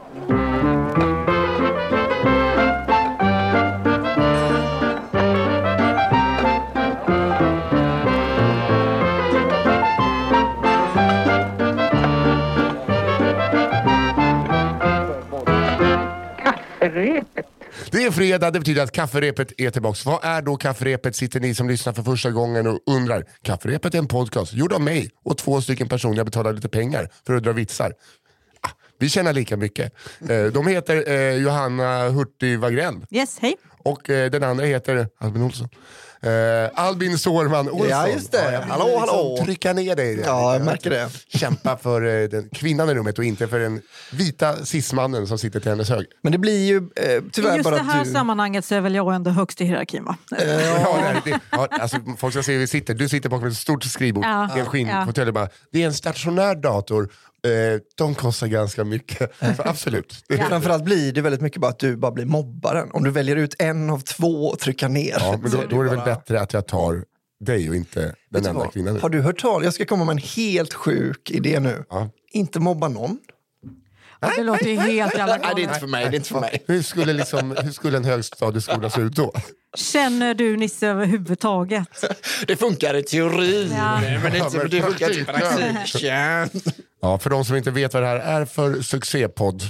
Det är fredag, det betyder att kafferepet är tillbaka. Vad är då kafferepet? Sitter ni som lyssnar för första gången och undrar. Kafferepet är en podcast gjord av mig och 2 stycken personer. Jag betalar lite pengar för att dra vitsar. Vi tjänar lika mycket. De heter Johanna Hurtig Wagrell. Yes, hej. Och den andra heter Albin Olsson. Albin Sårman Olsson. Ja, just det. Hallå. Trycka ner dig. Ja, jag märker det. Kämpa för den kvinnan i rummet och inte för den vita cismannen som sitter till hennes höger. Men det blir ju tyvärr just bara det här att du... sammanhanget så är väl jag ändå högst i hierarkin, va? Alltså, folk ska se hur du sitter bakom ett stort skrivbord i en skinnfåtölj. Det är en stationär dator. De kostar ganska mycket. Absolut. Framförallt blir det väldigt mycket bara att du bara blir mobbaren. Om du väljer ut en av 2 och trycker ner. Ja, men då är det väl bättre att jag tar dig och inte den enda kvinnan. Har du hört tal? Jag ska komma med en helt sjuk idé nu. Ja. Inte mobba någon. Det låter ju helt jävla Nej, det är inte för mig. Hur skulle en högstadieskola se ut då? Känner du Nisse överhuvudtaget? Det funkar i teorin, men det funkar inte i praktiken. Ja, för de som inte vet vad det här är för succépodd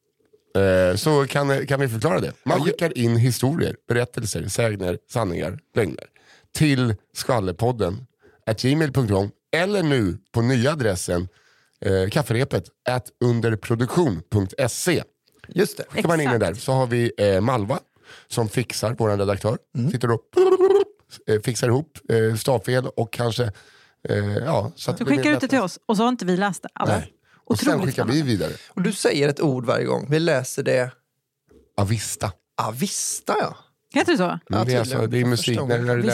så kan vi förklara det. Man skickar in historier, berättelser, sägner, sanningar, lögner till skvallerpodden @gmail.com eller nu på nya adressen kafferepet @underproduktion.se. Just det. Skickar man in där så har vi Malva som fixar, vår redaktör. Sitter och fixar ihop stavfel och kanske så att Du skickar ut det till oss och så har inte vi läst det. Nej. Och sen skickar vi vidare. Och du säger ett ord varje gång. Vi läser det. Avista. Avista, ja. Heter det så? Det är musik när du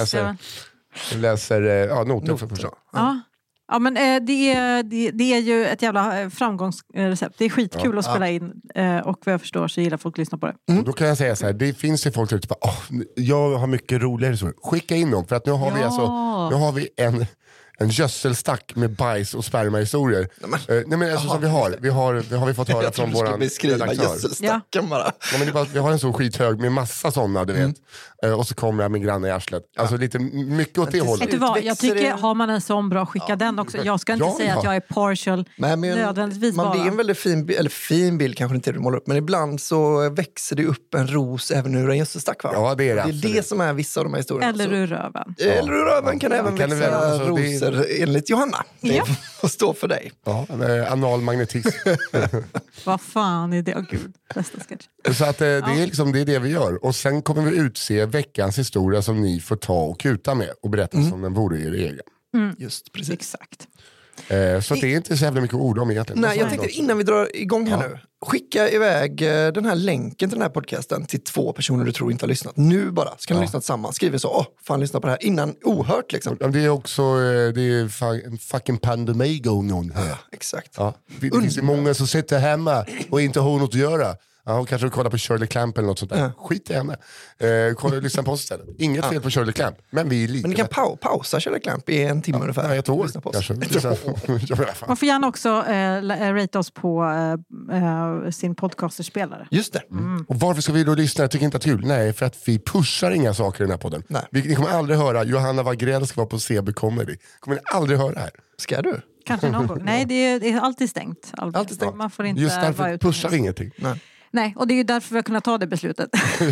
läser noter för första. Ja, men det är ju ett jävla framgångsrecept. Det är skitkul att spela in och vad jag förstår så gillar folk att lyssna på det. Och då kan jag säga så här, det finns ju folk som typ jag har mycket roligare historier. Skicka in dem, för att nu har vi en gödselstack med bajs och spermahistorier. Som vi har fått höra från våran redaktör. Gödselstacken bara. Ja, men vi har en sån skithög med massa sådana, du vet. Och så kommer jag med granne i arslet. Alltså lite mycket åt det hållet. Vet du vad, jag tycker har man en sån bra, skicka den också. Jag ska inte säga att jag är partial nödvändigtvis bara. Det är en väldigt fin bild kanske inte du målar upp. Men ibland så växer det upp en ros även ur en gödselstack, va? Ja, det är det. Det är det som är vissa av de här historierna. Eller ur röven. Eller ur röven kan även växa rosor enligt Johanna. Det får stå för dig. Ja, anal magnetism. Vad fan är det? Gud, bästa sketch. Så att det är det vi gör. Och sen kommer vi utse veckans historia som ni får ta och kuta med och berätta som den vore er egen. Just precis. Exakt. Så det är inte så jävla mycket ord om egentligen. Nej, jag tänkte innan vi drar igång här nu. Skicka iväg den här länken till den här podcasten till 2 personer du tror inte har lyssnat. Nu bara, ska ni lyssna tillsammans. Skriv så, fan lyssna på det här innan ohört liksom. Det är också en fucking pandemi going on här. Ja, exakt. Ja. Det finns ju många som sitter hemma och inte har något att göra. Ja, och kanske kolla på Shirley Clamp eller något sånt där. Skit i henne. Lyssna på oss istället. Inget fel på Shirley Clamp, men vi är lika. Men ni kan pausa Shirley Clamp i 1 timme ungefär. Ja, ett år kanske. Man får gärna också rate oss på sin podcasterspelare. Just det. Och varför ska vi då lyssna? Jag tycker inte att det är kul. Nej, för att vi pushar inga saker i den här podden. Ni kommer aldrig höra Johanna Wagrell ska vara på CB Comedy. Kommer ni aldrig höra här. Ska du? Kanske någon gång. Nej, det är alltid stängt. Alltid stängt. Man får inte just därför pushar vi ingenting. Nej, och det är ju därför vi har kunnat ta det beslutet.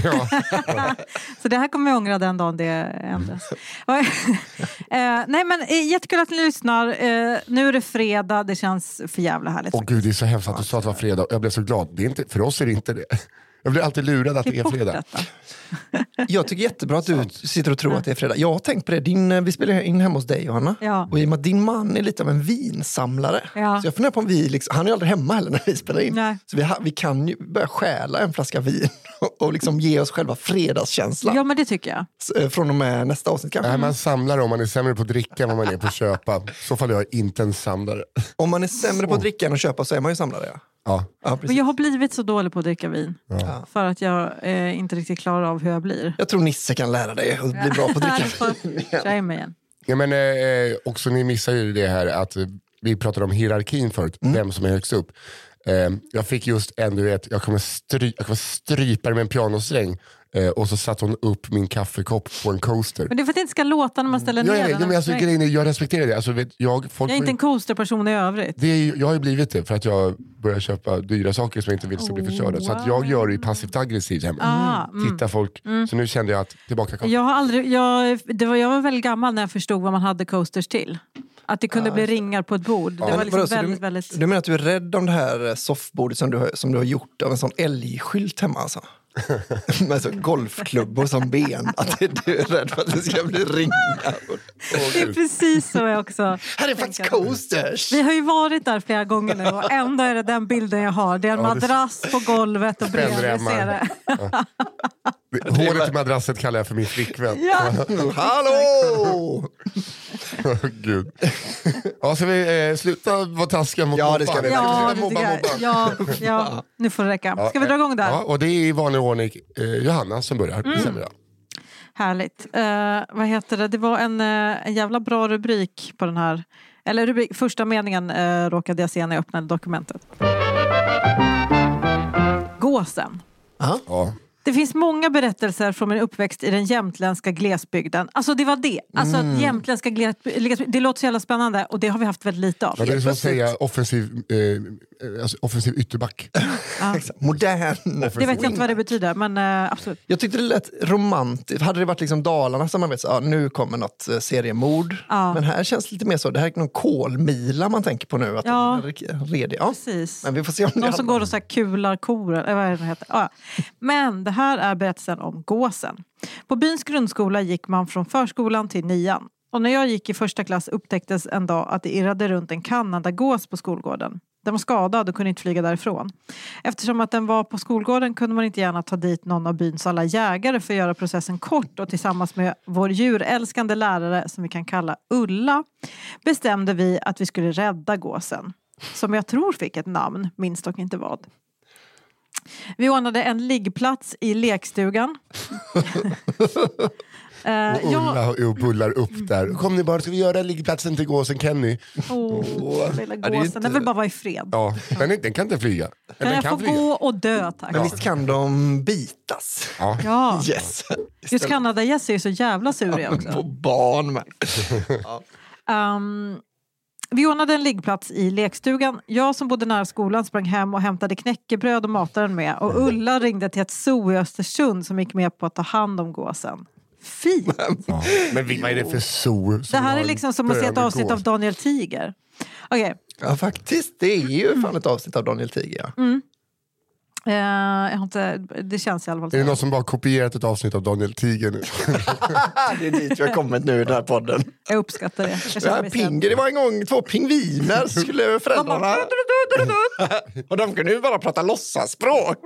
Så det här kommer jag ångra den dagen det ändras. Nej, men jättekul att ni lyssnar. Nu är det fredag, det känns för jävla härligt. Åh gud, det är så hemskt att du sa att det var fredag. Jag blev så glad. Det är inte, för oss är det inte det. Jag blir alltid lurad att det är fredag. Jag tycker jättebra att du sitter och tror att det är fredag. Jag har tänkt på det. Vi spelar in hemma hos dig, Johanna. Ja. Och i och med att din man är lite av en vinsamlare. Ja. Så jag funderar på om vi han är aldrig hemma heller när vi spelar in. Nej. Så vi kan ju börja stjäla en flaska vin och liksom ge oss själva fredagskänslan. Ja, men det tycker jag. Från och med nästa avsnitt kanske. Nej, man samlar om man är sämre på att dricka än vad man är på att köpa. Så fall är jag inte en samlare. Om man är sämre på att dricka än att köpa så är man ju samlare, Ja. Men jag har blivit så dålig på att dricka vin. Ja. För att jag inte riktigt klarar av hur jag blir. Jag tror Nisse kan lära dig att bli bra på att dricka vin. Tjej mig igen. Ja, men också ni missar ju det här att vi pratade om hierarkin förut. Vem som är högst upp. Jag fick just en, du vet, jag kommer strypa med en pianosträng. Och så satte hon upp min kaffekopp på en coaster. Men det är för att det inte ska låta när man ställer ner den. Men alltså, jag respekterar det. Alltså, jag är inte en coasterperson i övrigt. Jag har ju blivit det för att jag börjar köpa dyra saker som jag inte vill ska bli förstörda. Så att jag gör det passivt aggressivt hemma. Tittar folk. Så nu kände jag att tillbaka kom. Jag var väldigt gammal när jag förstod vad man hade coasters till. Att det kunde bli ringar på ett bord. Det var liksom väldigt... Du menar att du är rädd om det här soffbordet som du har gjort av en sån älgskylt hemma alltså? Med så golfklubbor som ben. Att du är rädd för att det ska bli ringar. Det är precis så jag också. Här är faktiskt coasters. Vi har ju varit där flera gånger nu och ändå är det den bilden jag har. Det är en madrass på golvet och bredvid ser det. Hålet i madrasset kallar jag för min flickvän. Ja. Hallå! Gud. Ja, ska vi sluta vara taskiga mot det ska vi. Ja, nu får det räcka. Ska vi dra igång där? Ja, och det är i vanlig ordning Johanna som börjar. Härligt. Vad heter det? Det var en jävla bra rubrik på den här. Eller första meningen råkade jag se när jag öppnade dokumentet. Gåsen. Ja. Det finns många berättelser från min uppväxt i den jämtländska glesbygden. Alltså det var det. Alltså jämtländska glesbygden. Det låter så jävla spännande och det har vi haft väldigt lite av. Ja, det är som att säga offensiv ytterback. Modern. Det vet jag inte vad det betyder, men absolut. Jag tyckte det lät romantiskt. Hade det varit liksom Dalarna som man vet, nu kommer något seriemord. Men här känns det lite mer så. Det här är någon kolmila man tänker på nu. Att redig. Precis. Men vi får se om någon som går och så här kular kor. Eller vad är det heter. Men det här är berättelsen om gåsen. På byns grundskola gick man från förskolan till 9:an. Och när jag gick i första klass upptäcktes en dag att det irrade runt en kanadagås på skolgården. Den var skadad och kunde inte flyga därifrån. Eftersom att den var på skolgården kunde man inte gärna ta dit någon av byns alla jägare för att göra processen kort. Och tillsammans med vår djurälskande lärare som vi kan kalla Ulla bestämde vi att vi skulle rädda gåsen. Som jag tror fick ett namn, minns dock inte vad. Vi ordnade en liggplats i lekstugan. Och Ulla och bullar upp där. Kom ni bara, ska vi göra liggplatsen till gåsen Kenny? Lilla gåsen, den vill bara vara i fred. Ja, den kan inte flyga. Kan jag få gå och dö, tack. Men visst kan de bitas? Ja. Yes. Just Kanada-Jess är så jävla sur också. På barn, men. Vi ordnade en liggplats i lekstugan. Jag som bodde nära skolan sprang hem och hämtade knäckebröd och matade den med. Och Ulla ringde till ett zoo i Östersund som gick med på att ta hand om gåsen. Fint! Ja. Men vad är det för zoo? Det här är liksom som att se ett avsnitt av Daniel Tiger. Okay. Ja, faktiskt. Det är ju fan ett avsnitt av Daniel Tiger. Ja. Jag har inte, det känns i alla fall så. Är det någon som bara kopierat ett avsnitt av Daniel Tiger nu? Det är dit vi har kommit nu i den här podden. Jag uppskattar det. Det var en gång 2 pingviner så skulle föräldrarna... och de kunde ju bara prata låtsaspråk.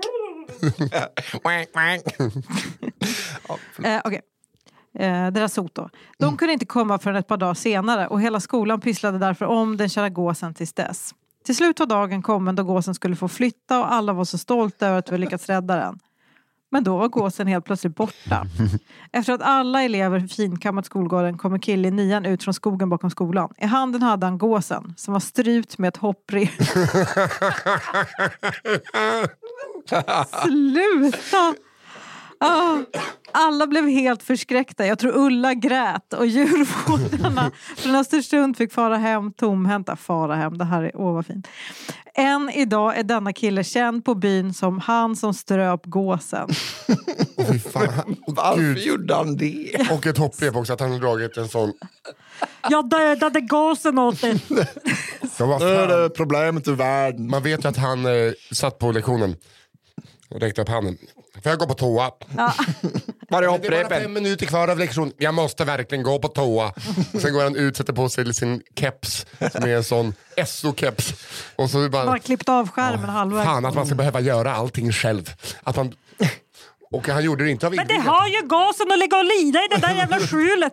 Okej. Deras sot då. De kunde inte komma förrän ett par dagar senare och hela skolan pysslade därför om den kära gåsen tills dess. Till slut var dagen kommen då gåsen skulle få flytta och alla var så stolta över att vi lyckats rädda den. Men då var gåsen helt plötsligt borta. Efter att alla elever finkammat skolgården kommer kille i 9:an ut från skogen bakom skolan. I handen hade han gåsen som var strypt med ett hopprep. Sluta! Alla blev helt förskräckta. Jag tror Ulla grät och djurvårdarna från Östersund fick fara hem tomhänta. Fara hem, det här är vad fint. Än idag är denna kille känd på byn som han som ströp gåsen. Varför gjorde han det? Och ett hopprep också, att han har dragit en sån... Jag dödade gåsen åt det. Det är problemet i världen. Man vet ju att han satt på lektionen och räckte upp handen. Får jag gå på toa? Ja. Var är det är bara 5 minuter kvar av lektion. Jag måste verkligen gå på toa. Sen går han ut, sätter på sig sin keps som är en sån SO-keps. Och så bara klippt av skärmen halvvägs. Fan att man ska behöva göra allting själv. Att man... Och han gjorde det inte av men det har ju gasen att lägga och lida i det där jävla skjulet.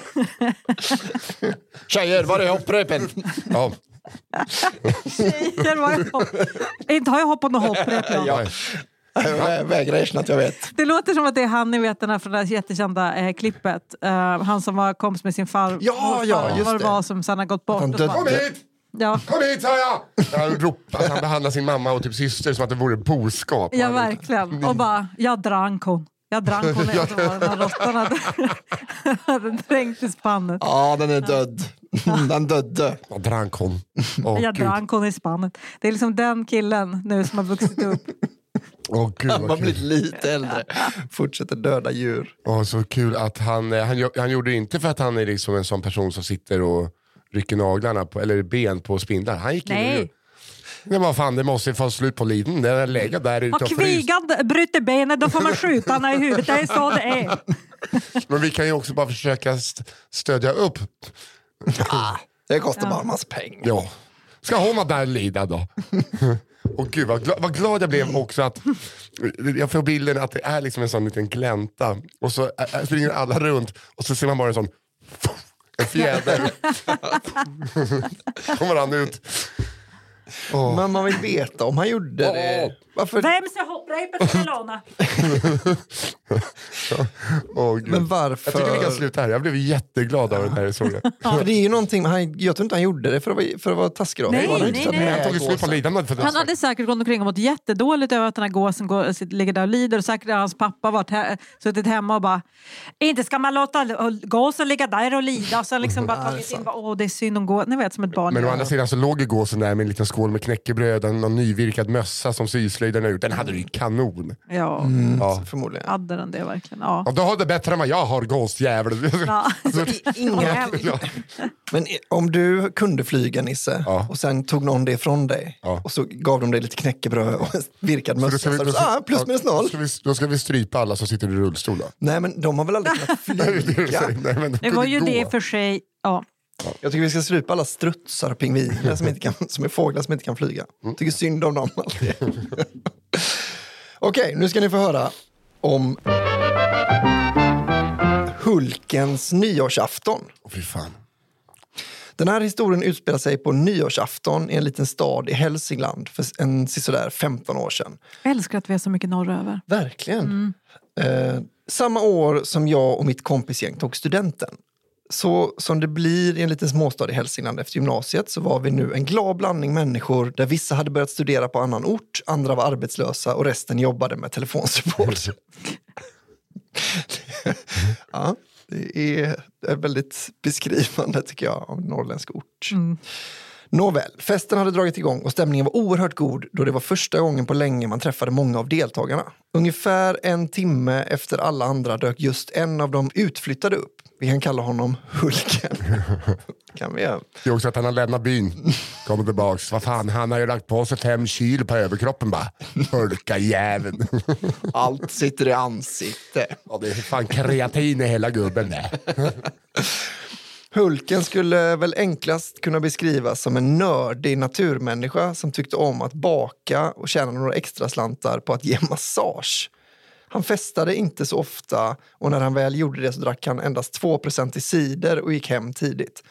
Tjejer, var är hopprepen? Ja. Tjejer, var är hopp? Inte har jag hoppat någon hopprep. Ja. Jag vägrar erkänna att jag vet. Det låter som att det är han, ni vet, den här från det här jättekända klippet. Han som var kompis med sin far. Ja, just vad det var som sen har gått bort. Kom hit! Ja. Kom hit, sa jag! Han ropar, han behandlar sin mamma och typ syster som att det vore boskap. Ja, verkligen. Och bara, jag drank hon när den här råttan hade dränkt i spannet. Ja, den är död. Den dödde. Jag drank hon. Jag drank hon i spannet. Det är liksom den killen nu som har vuxit upp. Gud, han har blivit lite äldre. Fortsätter döda djur. Så kul att han gjorde det inte för att han är liksom en sån person som sitter och rycker naglarna på, eller ben på spindlar. Han gick in och... Men vad fan, det måste få slut på liven. Den är legat där ute och kvigad, bryter benet, då får man skjuta henne i huvudet. Det är så det är. Men vi kan ju också bara försöka stödja upp. Ja, det kostar bara en massa pengar. Ja. Ska hon vara där lida då? Och gud vad glad jag blev också att jag får bilden att det är liksom en sån liten glänta. Och så springer alla runt och så ser man bara en sån en fjäder. Kommer han ut. Men man vill veta om han gjorde det. Varför? Vem ska hoppa i Barcelona? Men varför? Jag tycker vi kan sluta här. Jag blev jätteglad av den här historien. För det är ju någonting, jag tror inte han gjorde det för att vara taskig. Nej. Han tog slut på lidandet för det. Han hade säkert gått omkring och mått jättedåligt över att den här gåsen ligger där och lider. Och säkert hans pappa suttit hemma och bara, inte ska man låta gåsen ligga där och lida. Och sen liksom bara tagit in, det är synd om gåsen. Ni vet, som ett barn. Men å andra sidan så låg ju gåsen där med en liten skål med knäckebröd, någon nyvirkad mössa som syslöjden har gjort. Den hade ju kanon. Ja, förmodligen. Hade den det verkligen? Ja. Och då har det bättre än vad jag har, gåsjävel. Ja. Men om du kunde flyga, Nisse, och sen tog någon det från dig och så gav de dig lite knäckebröd och virkad mössa. Plus minus noll. Då ska vi strypa alla som sitter i rullstol då. Nej, men de har väl aldrig kunnat flyga. Det var ju det för sig. Ja. Jag tycker vi ska strypa alla strutsar och pingviner som är fåglar som inte kan flyga. Jag tycker synd om dem alltid. Okej, nu ska ni få höra om Hulkens nyårsafton. Fy fan. Den här historien utspelar sig på nyårsafton i en liten stad i Hälsingland för sådär 15 år sedan. Jag älskar att vi är så mycket norröver. Verkligen. Samma år som jag och mitt kompisgäng tog studenten. Så som det blir i en liten småstad i Hälsingland efter gymnasiet så var vi nu en glad blandning människor där vissa hade börjat studera på annan ort, andra var arbetslösa och resten jobbade med telefonsupport. Ja, det är väldigt beskrivande tycker jag av en norrländsk ort. Nåväl, festen hade dragit igång och stämningen var oerhört god då det var första gången på länge man träffade många av deltagarna. Ungefär 1 timme efter alla andra dök just en av dem utflyttade upp. Vi kan kalla honom Hulken. Kan vi göra. Det är också att han har lämnat byn. Kommer tillbaks. Vad fan, han har ju lagt på sig 5 kilo på överkroppen bara. Hulka-jäveln. Allt sitter i ansiktet. Ja, det är fan kreatin i hela gubben där. Hulken skulle väl enklast kunna beskrivas som en nördig naturmänniska som tyckte om att baka och tjäna några extra slantar på att ge massage. Han festade inte så ofta och när han väl gjorde det så drack han endast 2% i cider och gick hem tidigt.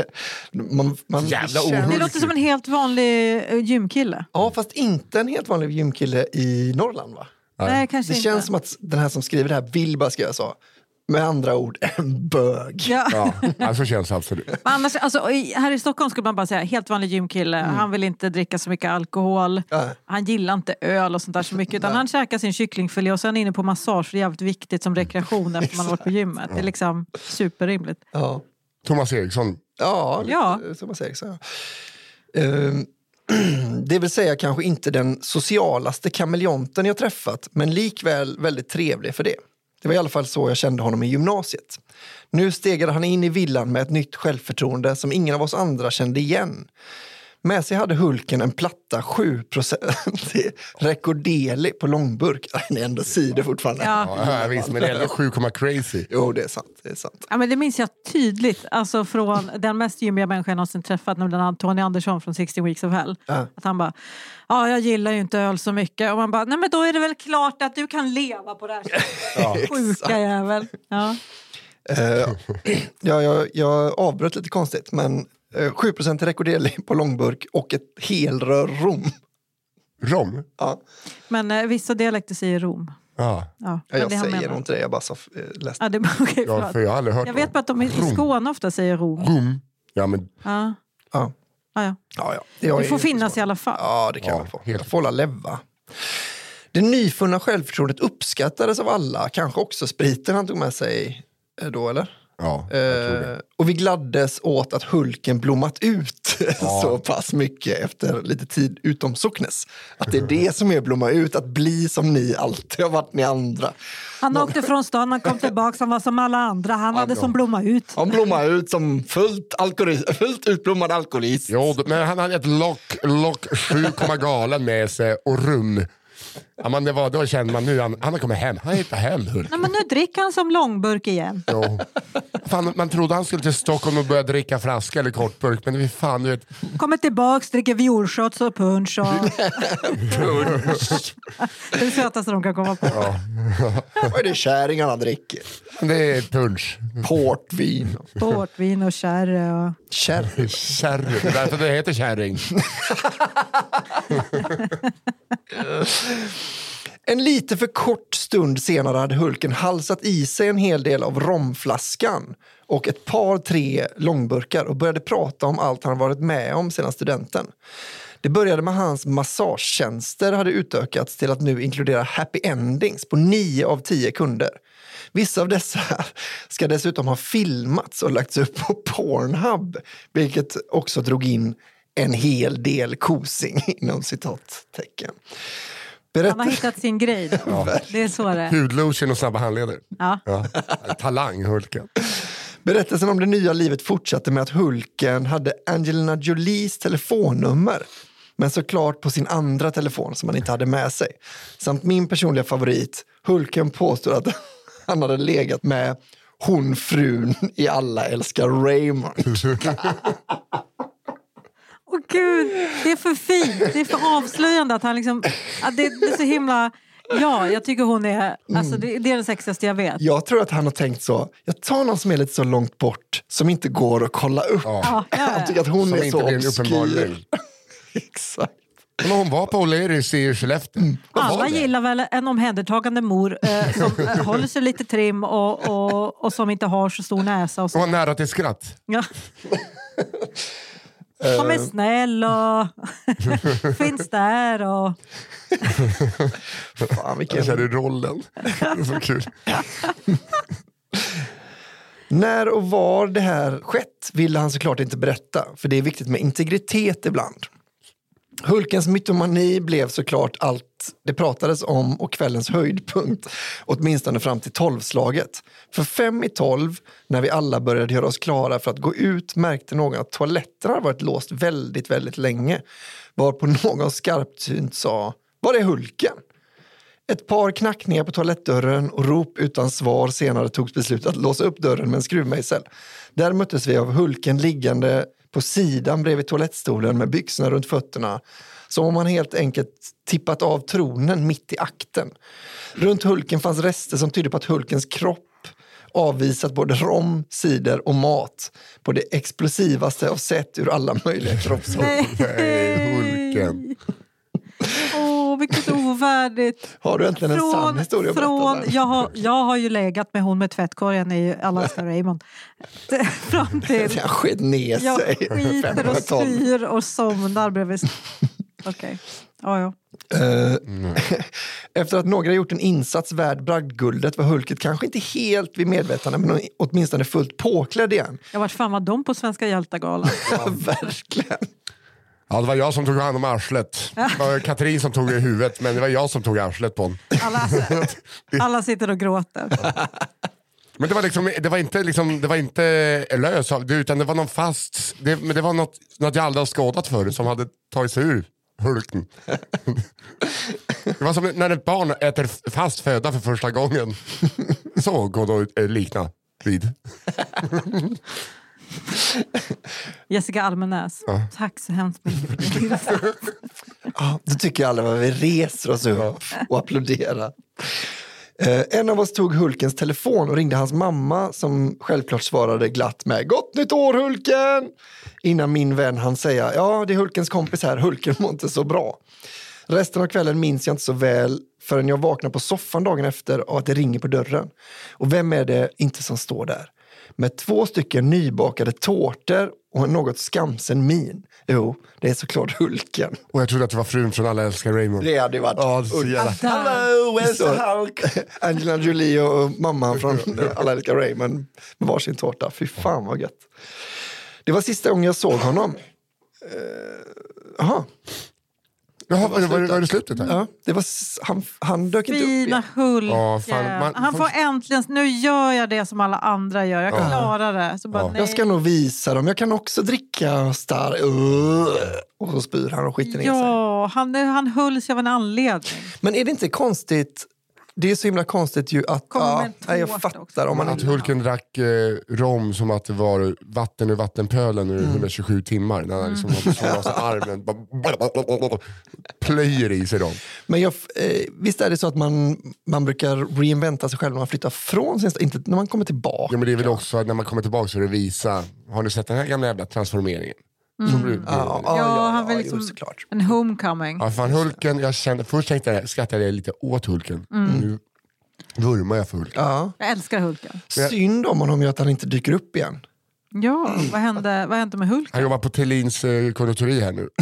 Det låter som en helt vanlig gymkille. Ja, fast inte en helt vanlig gymkille i Norrland, va? Nej, kanske det inte. Känns som att den här som skriver det här vill bara skriva så. Med andra ord, en bög. Ja, så känns det absolut. Men annars, alltså, här i Stockholm skulle man bara säga helt vanlig gymkille. Han vill inte dricka så mycket alkohol. Han gillar inte öl och sånt där så mycket. Utan han käkar sin kycklingfilé och sen inne på massage. Det är jävligt viktigt som rekreation efter man har varit på gymmet. Det är liksom superrimligt. Ja. Thomas Eriksson. Ja. Thomas Eriksson, det vill säga kanske inte den socialaste kameleonten jag träffat. Men likväl väldigt trevlig för det. Det var i alla fall så jag kände honom i gymnasiet. Nu stegade han in i villan med ett nytt självförtroende som ingen av oss andra kände igen. Med sig hade Hulken en platta 7% Recordeli på långburk. Det är ändå cider fortfarande. Ja, visst, men det är ändå 7, crazy. Jo, det är sant. Ja, men det minns jag tydligt. Alltså från den mest gymmiga människan jag någonsin träffat, nämligen Tony Andersson från 16 Weeks of Hell. Att han bara, jag gillar ju inte öl så mycket. Och man bara, nej men då är det väl klart att du kan leva på det här. Sjuka jävel. Jag avbröt lite konstigt, men 7% Recordeli på långburk och ett helrör rom. Rom? Ja. Men vissa dialekter säger rom. Jag säger inte det, jag bara läste. För jag har aldrig hört jag vet bara att de i Skåne ofta säger rom. Rom? Ja, men... Ja, Ja. Det får finnas i alla fall. Ja, det kan man få. Helt. Får la leva. Det nyfunna självförtroendet uppskattades av alla. Kanske också spriten han tog med sig då, eller? Ja, jag tror det. Och vi gladdes åt att Hulken blommat ut så pass mycket efter lite tid utom socknes. Att det är det som är blomma ut, att bli som ni alltid har varit ni andra. Han åkte från stan, han kom tillbaka, han var som alla andra. Han hade som blomma ut. Han blommade ut som fullt utblommad alkoholist. Jo, men han hade ett lock 7, galen med sig och rum. Ja, men då kände man nu, han har kommit hem. Han hittar hem, Hulk. Nej, men nu dricker han som långburk igen. Jo. Fan, man trodde han skulle till Stockholm och börja dricka flaska eller kortburk. Men det är fan, du vet. Kommer tillbaks, dricker violshots och punch. Och... det är sötaste de kan komma på. Ja. Vad är det kärringarna dricker? Det är punch. Portvin och kärre. Och... Kärring. Det är därför det heter kärring. En lite för kort stund senare hade Hulken halsat i sig en hel del av romflaskan och ett par 3 långburkar och började prata om allt han varit med om sedan studenten. Det började med hans massagetjänster hade utökats till att nu inkludera happy endings på 9 av 10 kunder. Vissa av dessa ska dessutom ha filmats och lagts upp på Pornhub, vilket också drog in en hel del kosing inom citattecken. Han har hittat sin grej. Det är så det är. Hudlotion och snabba handleder. Ja. Talang, Hulken. Berättelsen om det nya livet fortsatte med att Hulken hade Angelina Jolies telefonnummer, men såklart på sin andra telefon som han inte hade med sig. Samt min personliga favorit, Hulken påstår att han hade legat med hon frun i Alla älskar Raymond. Åh gud, det är för fint. Det är för avslöjande att han liksom... Att det är så himla... Ja, jag tycker hon är... Alltså det är den sexigaste jag vet. Jag tror att han har tänkt så. Jag tar någon som är lite så långt bort som inte går att kolla upp. Ja. Jag tycker att hon som är så obskyr. Exakt. Men hon var på O'Learys i Skellefteå. Alla gillar väl en omhändertagande mor som håller sig lite trim och som inte har så stor näsa. Och så. Hon var nära till skratt. Ja. Som är snäll och finns där och... Fan, vilken... Jag känner rollen. Det är så kul. När och var det här skett ville han såklart inte berätta, för det är viktigt med integritet ibland. Hulkens mytomani blev såklart allt det pratades om och kvällens höjdpunkt, åtminstone fram till 12-slaget. För 5:12, när vi alla började göra oss klara för att gå ut, märkte någon att toaletterna hade varit låst väldigt, väldigt länge. Varpå någon skarpsynt sa, var är Hulken? Ett par knackningar på toalettdörren och rop utan svar. Senare togs beslutet att låsa upp dörren med en skruvmejsel. Där möttes vi av Hulken liggande på sidan bredvid toalettstolen med byxorna runt fötterna. Som om han helt enkelt tippat av tronen mitt i akten. Runt Hulken fanns rester som tydde på att Hulkens kropp avvisat både rom, cider och mat på det explosivaste av sätt ur alla möjliga kroppshåll. Nej, Hulken. Vilket ovärdigt. Har du äntligen en sann historia att berätta? Jag har ju legat med hon med tvättkorgen i Alla älskar Raymond. Fram till... Jag sked ner sig. Jag skiter och styr och somnar bredvid. Okej. Ja. Efter att några gjort en insats värd bragdguldet var Hulket kanske inte helt vid medvetande, men åtminstone fullt påklädd igen. Ja, vart fan var de på Svenska Hjältagalan? Ja, verkligen. Ja, det var jag som tog hand om arslet. Det var Katrin som tog i huvudet, men det var jag som tog arslet på honom. Alla sitter och gråter. Men det var inte lös, utan det var någon fast, det var något jag aldrig har skådat förut som hade tagit sig ur Hulken. Det var som när ett barn äter fast föda för första gången. Så går då likna vid. Jessica Almenäs, tack så hemskt mycket. Ja, då tycker jag alla vad vi reser oss upp och applåderar. En av oss tog Hulkens telefon och ringde hans mamma, som självklart svarade glatt med "Gott nytt år, Hulken!" Innan min vän han säga, ja det är Hulkens kompis här, Hulken mår inte så bra. Resten av kvällen minns jag inte så väl förrän jag vaknar på soffan dagen efter och att det ringer på dörren. Och vem är det inte som står där? Med 2 stycken nybakade tårtor och en något skamsen min. Jo, det är såklart Hulken. Och jag trodde att det var frun från Alla älskar Raymond. Det hade ju varit... Ja, så jävla... Hello, where's the Hulk? Angela Jolie och mamman från Alla älskar Raymond med varsin tårta. Fy fan vad gött. Det var sista gången jag såg honom. Jaha. Jaha, var det slutet här? Ja, det var, han dök inte upp Fina igen. Hulken. Ja, fan, Han får äntligen, nu gör jag det som alla andra gör. Jag klarar det. Så bara, nej. Jag ska nog visa dem. Jag kan också dricka stark. Och så spyr han och skiter ner sig. Ja, han hölls av en anledning. Men är det inte konstigt? Det är så himla konstigt ju att... jag fattar. Om man att Hulken drack rom som att det var vatten ur vattenpölen i 127 timmar. När han liksom har så armen plöjer i sig dem. Men visst är det så att man brukar reinventa sig själv när man flyttar från sin inte när man kommer tillbaka. Ja, men det är väl också att när man kommer tillbaka så är det visa. Har ni sett den här gamla jävla transformeringen? Han var liksom såklart. en homecoming. Ja, fan Hulken, först tänkte jag, skrattade jag lite åt Hulken. Nu vurmar jag för Hulken. Ja. Jag älskar Hulken. Synd om honom gör att han inte dyker upp igen. Ja, vad hände med Hulken? Han jobbar på Thelins konditori här nu.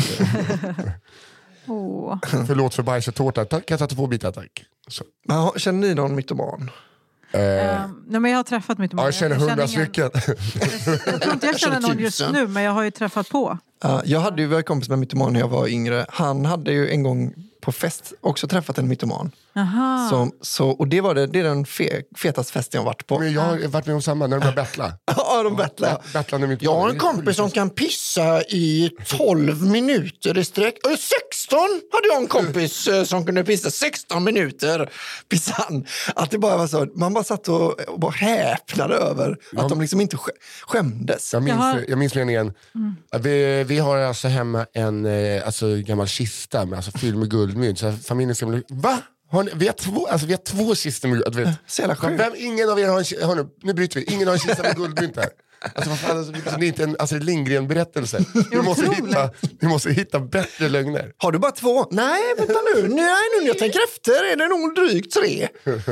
Förlåt för bajsetårta. Kan jag ta 2 bitar, tack. Så. Känner ni någon mytoman? Nej, men jag har träffat mytoman. Ja, jag känner 100 stycken. Jag tror inte jag känner någon just nu, men jag har ju träffat på. Jag hade ju varit kompis med mytoman när jag var yngre. Han hade ju en gång på fest också träffat en mytoman. Och det är den fetaste festen jag varit på. Men jag har varit med om samma när de började battla. Ja, de battlar. Jag har en kompis som kan pissa i 12 minuter i sträck. 16 hade jag en kompis som kunde pissa 16 minuter. Pissan. Att det bara var så. Man bara satt och bara häpnade över att de liksom inte skämdes. Jag minns igen. Vi har alltså hemma en gammal kista med fylld med guldmynt. Så familjen ska bli, va? Vi har 2 kistor med guldmynt. Så jävla sjukt. Ingen av er har nu bryter vi. Ingen har en kista med guldmynt här. Det är inte en Lindgren-berättelse. Vi måste hitta bättre lögner. Har du bara 2? Nej, vänta nu. Nu jag tänker efter är det nog drygt 3.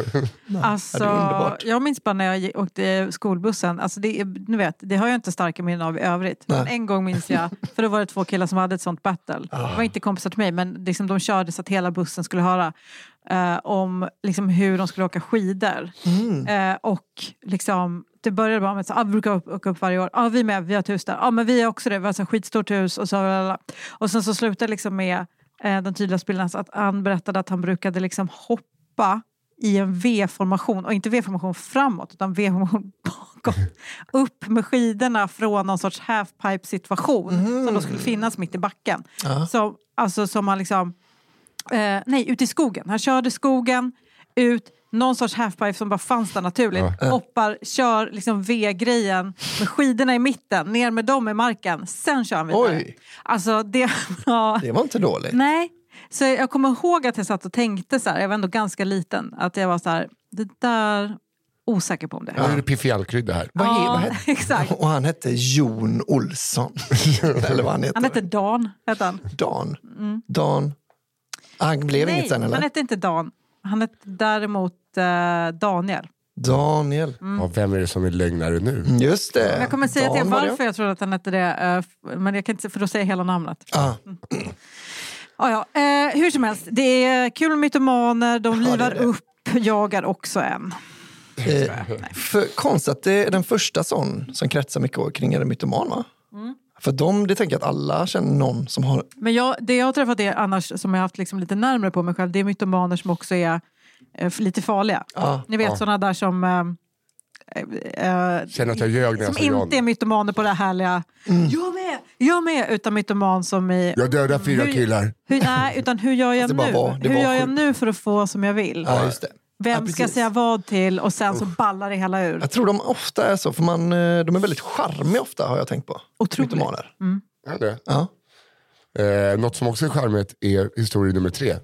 Jag minns bara när jag åkte skolbussen. Det har jag inte starka minnen av i övrigt. Men en gång minns jag, för då var det 2 killar som hade ett sånt battle. Det var inte kompisar till mig, men liksom, de körde så att hela bussen skulle höra om liksom, hur de skulle åka skidor. Och liksom det började bara med att vi brukar åka upp varje år. Vi med, vi har ett hus där. Men vi är också det. Vi har ett skitstort hus. Och sen så slutade liksom med den tydliga bilden att han berättade att han brukade liksom hoppa i en V-formation. Och inte V-formation framåt, utan V-formation bakåt. Upp med skidorna från någon sorts halfpipe-situation. Som då skulle finnas mitt i backen. Som man liksom... ute i skogen. Han körde skogen ut, någon sorts halfpipe som bara fanns där naturligt. Hoppar, kör liksom V-grejen med skidorna i mitten, ner med dem i marken. Sen kör han vidare. Oj. Alltså det var inte dåligt. Nej. Så jag kommer ihåg att jag satt och tänkte så här, jag var ändå ganska liten, att jag var så här, det där osäker på om det. Nu är det Piffi Alkrydda här. Vad hette? Exakt. Och han hette Jon Olsson. Eller vad han heter. Han hette Dan. Dan. Han blev inget sen, eller? Han hette inte Dan. Han hette däremot Daniel. Ja, vem är det som är lögnare nu? Just det. Jag kommer säga till varför jag tror att han hette det. Men jag kan inte, för då säger jag hela namnet. Hur som helst. Det är kul med mytomaner. De livar upp. Jagar också en. För konstigt att det är den första sån som kretsar mycket kring en mytoman, va? För det tänker jag att alla känner någon som har... Men det jag har träffat är annars, som jag har haft liksom lite närmare på mig själv, det är mytomaner som också är lite farliga. Ni vet sådana där som... känner att jag ljög när jag som inte är mytomaner på det härliga... Jag med! Utan mytoman som i... Jag dödar 4 killar. Utan hur gör jag nu? Hur gör jag nu för att få som jag vill? Ja, just det. Vem ska säga vad till och sen så ballar det hela ur. Jag tror de ofta är så, för de är väldigt charmiga ofta, har jag tänkt på. Otroligt. Mytomaner. Ja, det. Något som också är charmigt är historia nummer 3.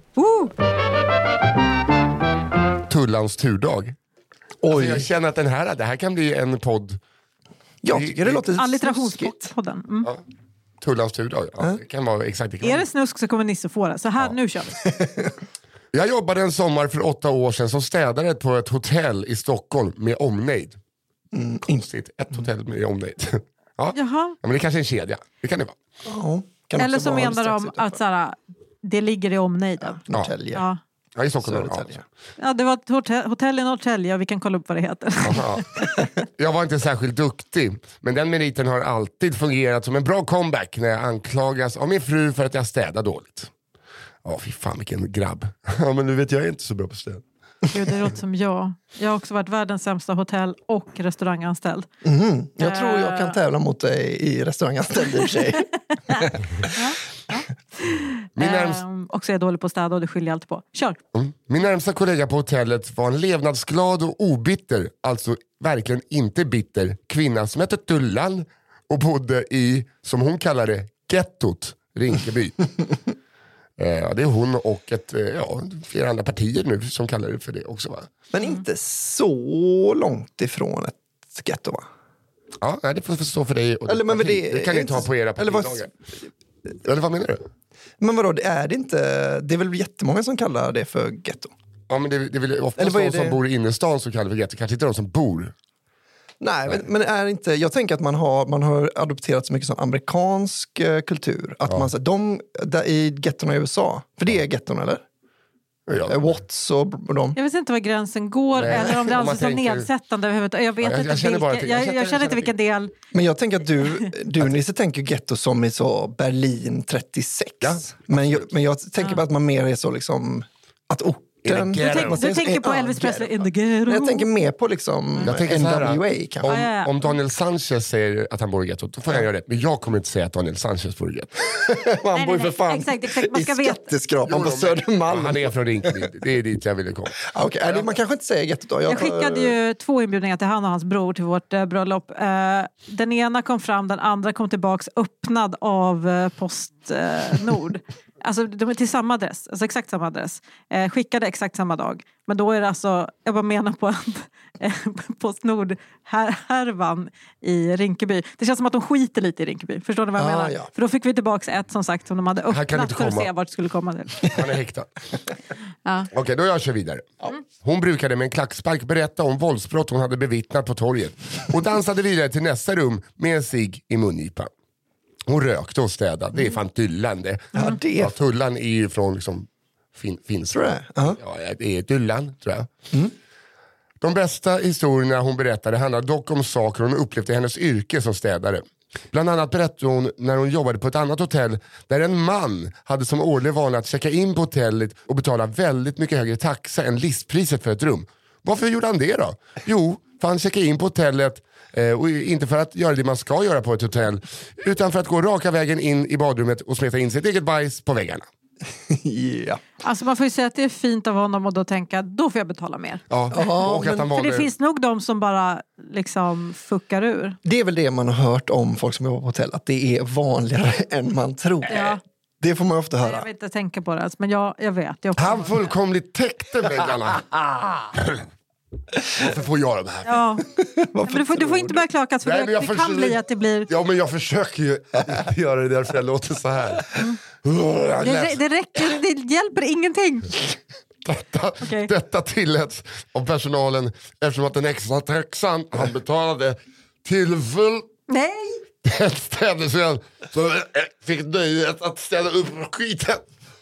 Tullans turdag. Alltså, jag känner att det här kan bli en podd. Jag tycker det låter Alliterationspodden. Tullans turdag. Det kan vara exakt det. Är det snusk så kommer Nisse få det. Så här, nu kör vi. Jag jobbade en sommar för 8 år sedan som städare på ett hotell i Stockholm med omnejd. Konstigt, ett hotell med omnejd. Ja. Jaha. Ja, men det kanske är en kedja. Det kan det vara. Ja, kan Eller också så vara menar strax de utanför. att så här, det ligger i omnejden. Norrtälje. Ja. Ja, i Stockholm. Södertälje. Ja, det var ett hotell i Norrtälje och vi kan kolla upp vad det heter. Ja. Jag var inte särskilt duktig, men den meriten har alltid fungerat som en bra comeback när jag anklagas av min fru för att jag städar dåligt. Ja, fy fan vilken grabb. Ja, men du vet, jag är inte så bra på städ. Gud, det låter som jag. Jag har också varit världens sämsta hotell- och restauranganställd. Jag tror jag kan tävla mot dig i restauranganställd i och för sig. Också är jag dålig på att städa och det skyller jag alltid på. Kör! Min närmsta kollega på hotellet var en levnadsglad och obitter, alltså verkligen inte bitter, kvinna som hette Tullan och bodde i, som hon kallar det, gettot, Rinkeby. Det är hon och flera andra partier nu som kallar det för det också, va? Men inte så långt ifrån ett getto, va? Ja, nej, det får stå för dig. Och Eller, men det kan ni inte ha på era eller partidagar. Eller vad menar du? Men vadå, det är väl jättemånga som kallar det för getto? Ja, men det är väl oftast Eller vad är de som det? bor i innerstan som kallar det för getto, kanske inte de som bor. Nej. Men är inte, jag tänker att man har adopterat så mycket som amerikansk kultur. Att man där i gettorna i USA, för det är getton, eller? Ja. Watts och de. Jag vet inte var gränsen går eller om det om man anses som tänker- nedsättande överhuvudtaget. Jag vet Ja, jag inte känner bara vilken, till- jag känner inte vilken del. Men jag tänker att du Nisse, tänker getto som i så Berlin 36. Ja, men jag tänker bara att man mer är så liksom att orten. Du tänker på Elvis Presley in the ghetto. Jag tänker mer på liksom Jag tänker så här, NWA kanske. om Daniel Sanchez säger att han bor i gettot, då får jag göra rätt. Men jag kommer inte säga att Daniel Sanchez bor i gettot. Han bor ju för fan Exakt. Man i ska veta. skatteskrapan på Södermalm. Han är från Rinkeby, det är dit jag ville komma. Okej, man kanske inte säger gettot då. Jag skickade ju 2 inbjudningar till han och hans bror till vårt bröllop. Den ena kom fram, den andra kom tillbaks öppnad av Postnord. Alltså de är till samma adress, alltså exakt samma adress. Skickade exakt samma dag. Men då är det alltså, jag bara menar på att Postnord härvan i Rinkeby. Det känns som att de skiter lite i Rinkeby. Förstår ni vad jag menar? Ja. För då fick vi tillbaka ett som sagt som de hade Här kan öppnat inte för att komma. se vart det skulle komma till. Han är häktad. Ja. Okej, då jag kör vidare. Hon brukade med en klackspark berätta om våldsbrott hon hade bevittnat på torget. Och dansade vidare till nästa rum med en cigg i mungipan. Hon rökte och städade. Det är fan Tyllan det. Ja, det. Ja, Tullan är ju från liksom finns. Tror jag. Ja. Ja, det är Tyllan, tror jag. De bästa historierna hon berättade handlar dock om saker hon upplevde i hennes yrke som städare. Bland annat berättade hon när hon jobbade på ett annat hotell där en man hade som årlig vana att checka in på hotellet och betala väldigt mycket högre taxa än listpriset för ett rum. Varför gjorde han det då? Jo, för han checkade in på hotellet och inte för att göra det man ska göra på ett hotell utan för att gå raka vägen in i badrummet och smeta in sitt eget bajs på väggarna. Ja. Alltså man får ju säga att det är fint av honom och då tänka, då får jag betala mer. Ja, och att han För det valde... finns nog de som bara liksom fuckar ur. Det är väl det man har hört om folk som jobbar på hotell, att det är vanligare än man tror. Ja. Det får man ofta höra. Jag vill inte tänka på det ens, men jag vet. Han fullkomligt täckte väggarna. Varför får jag det här? Ja. Men du får inte börja klakas för Nej, men jag det kan försöker- bli att det blir... Ja, men jag försöker ju inte göra det därför jag låter så här. Det räcker, det hjälper ingenting. Okej. Detta tilläts av personalen eftersom att den extra taxan han betalade till full Nej! städerskan så fick nöjet att städa upp skiten.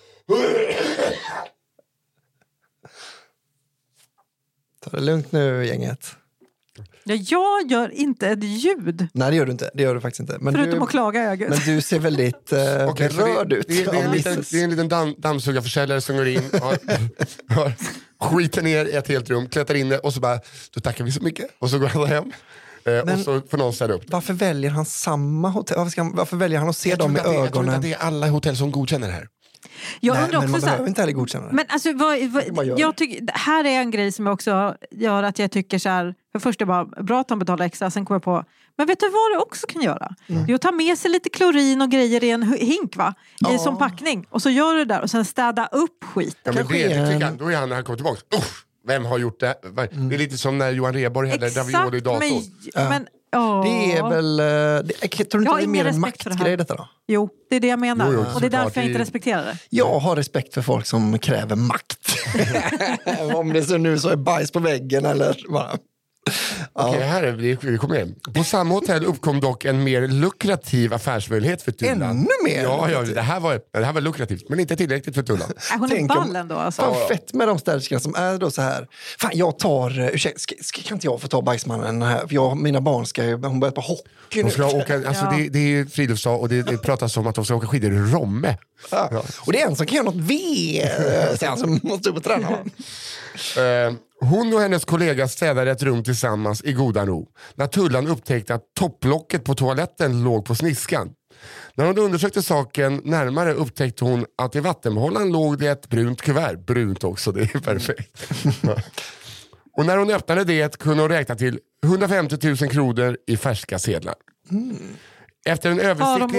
Ta det lugnt nu, gänget. Ja, jag gör inte ett ljud. Nej, det gör du inte. Det gör du faktiskt inte. Men Förutom att klaga, August. Men du ser väldigt Okej, så berörd ut. det är en liten dammsugarförsäljare som går in och skiter ner i ett helt rum, klättrar in det och så bara, då tackar vi så mycket. Och så går han hem. Och så får någon städa upp det. Varför väljer han samma hotell? Varför väljer han att se dem i Jag tror inte ögonen? att det är alla hotell som godkänner det här. Jag Nej, undrar men också man så här, behöver inte heller godkänna det. men alltså, man gör. jag tycker, det här är en grej som också gör att jag tycker så här, för först är det bara bra att de betalar extra, sen kommer jag på, men vet du vad du också kan göra? Det är att ta med sig lite klorin och grejer i en hink, va? Som packning, och så gör du det där och sen städa upp skit. Ja, men det tycker jag, då är han när han kommer tillbaka. Vem har gjort det? Det är lite som när Johan Rheborg hällde ravioli i datorn. men Det är väl... jag tror inte har det är ingen mer en respekt för det här. maktgrej detta då. Jo, det är det jag menar. Jo, och det är därför såklart. jag inte respekterar det. Jag har respekt för folk som kräver makt. Om det så nu så är bajs på väggen eller bara... Okej, här är vi kommer igen. På samma hotell uppkom dock en mer lukrativ affärsmöjlighet för Tulla. Ännu mer? Ja, det här var lukrativt, men inte tillräckligt för Tulla. Hon är ballen då alltså. Fan fett med de städerskorna som är då så här. Fan, jag tar... kan inte jag få ta bajsmannen här? För mina barn hon börjar på hockey nu. De ska åka, alltså det är ju friluftsdag och det pratas om att de ska åka skidor i Romme. Ja. Och det är en som kan göra något sen som måste upp och träna. Hon och hennes kollega städade ett rum tillsammans i godan ro. När Tullan upptäckte att topplocket på toaletten låg på sniskan. När hon undersökte saken närmare upptäckte hon att i vattenbehållaren låg det ett brunt kuvert. Brunt också, det är perfekt. Och när hon öppnade det kunde hon räkna till 150 000 kronor i färska sedlar. Efter en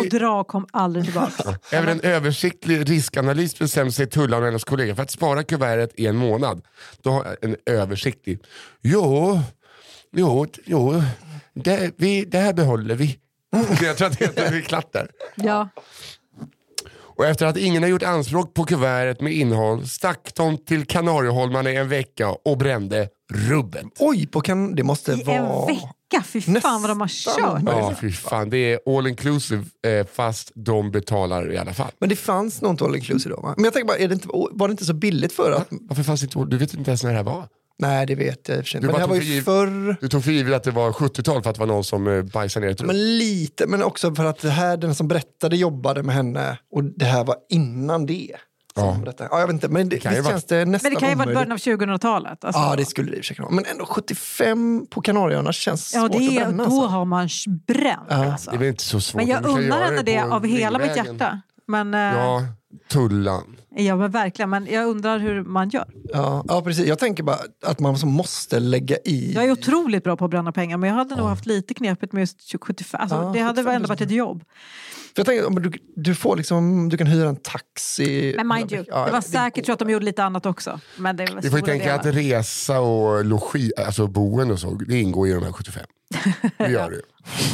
översiktlig riskanalys bestämde sig Tullan och hennes kollega för att spara kuvertet i en månad. Då har en översiktlig. Jo, det här behåller vi. Jag tror att det är klart där. Ja. Och efter att ingen har gjort anspråk på kuvertet med innehåll stack de till Kanarieholmarna i en vecka och brände rubbet. Oj, det måste vara... en vecka? Fy fan vad de har kört. Ja, fy fan. Det är all inclusive fast de betalar i alla fall. Men det fanns något all inclusive då, va? Men jag tänker bara, var det inte så billigt för att... Varför fanns det inte? Du vet inte ens när det här var. Nej, det vet jag i och för sig. Men det här var ju förr... Du tog för givet att det var 70-tal för att det var någon som bajsade ner ett rum. Men lite, men också för att det här, den som berättade jobbade med henne och det här var innan det. Ja, jag vet inte, men det känns det nästan. Men det kan ju vara början av 2000-talet. Alltså. Ja, det skulle det i och för sig kunna vara. Men ändå 75 på Kanarieöarna känns svårt att bränna. Då har man bränt. Ja. Alltså. Det är väl inte så svårt. Men jag undrar henne det av hela mitt hjärta. Men, ja, Tullan. Ja, men verkligen. Men jag undrar hur man gör. Ja, precis. Jag tänker bara att man måste lägga i... Jag är otroligt bra på att bränna pengar. Men jag hade nog haft lite knepigt med just 75. Alltså, det hade ändå varit ett jobb. För jag tänker, du får liksom, du kan hyra en taxi. Men mind you, det var säkert så att de gjorde lite annat också. Men det var får ju tänka att resa och logi, alltså boende och så, det ingår i de här 75. Det gör det.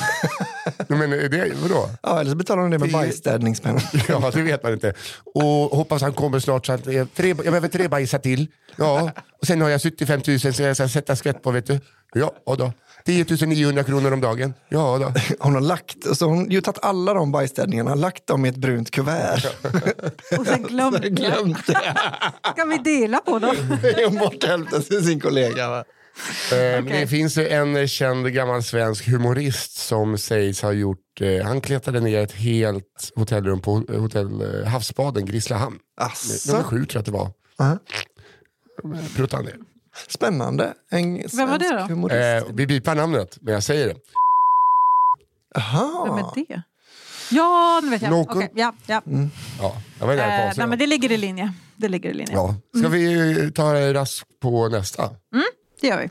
Men vadå? Ja, eller så betalar de det med bajsstädningspengar. Ja, det vet man inte. Och hoppas han kommer snart så att jag behöver 3 bajsar till. Ja, och sen har jag 75 000 så jag ska sätta skvätt på, vet du. Ja, och då. 10 900 kronor om dagen. Ja då. Hon har lagt, så hon har ju tagit alla de bajsstädningarna, lagt dem i ett brunt kuvert. Och sen glömde det. Ska vi dela på dem? Hon bort hälften till sin kollega, va? Det finns en känd gammal svensk humorist som sägs ha gjort, han klättrade ner ett helt hotellrum på hotell Havsbaden, Grisslehamn. Nummer 7 tror jag att det var. Pruttan ner. Spännande. En vem var det då? Humorist. Vi bipar namnet, men jag säger det. Aha. Vem är det? Ja, nu vet jag. Någon... Okay, ja. Ja, jag var där på nej, men det ligger i linje. Ja. Ska vi ta rast på nästa? Det gör vi.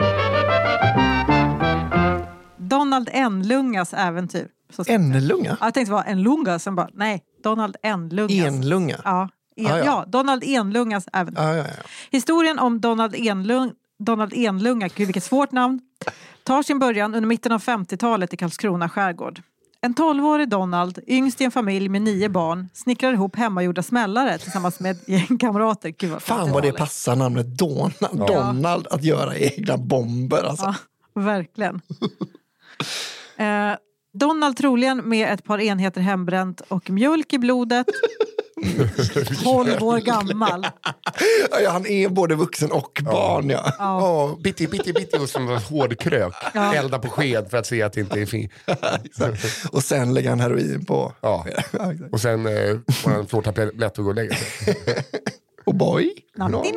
Donald Enlungas äventyr. Enlunga? Jag tänkte vara Enlunga, sen bara, nej, Donald Enlungas. Enlunga? Ja, Donald Enlungas äventyr. Ja. Historien om Donald Enlunga, gud vilket svårt namn, tar sin början under mitten av 50-talet i Karlskrona skärgård. En 12-årig Donald, yngst i en familj med 9 barn, snickrar ihop hemmagjorda smällare tillsammans med ett gäng kamrater. Fan vad det passar namnet Donald att göra egna bomber. Alltså. Ja, verkligen. Donald troligen med ett par enheter hembränt och mjölk i blodet. 12 år gammal. Ja, han är både vuxen och barn. Ja. Bitti och som hårdkrök. Elda på sked för att se att det inte är fint. Och sen lägger han heroin på. Ja. Och sen får han flårtablett och gå och lägga sig. Och boy. Natti.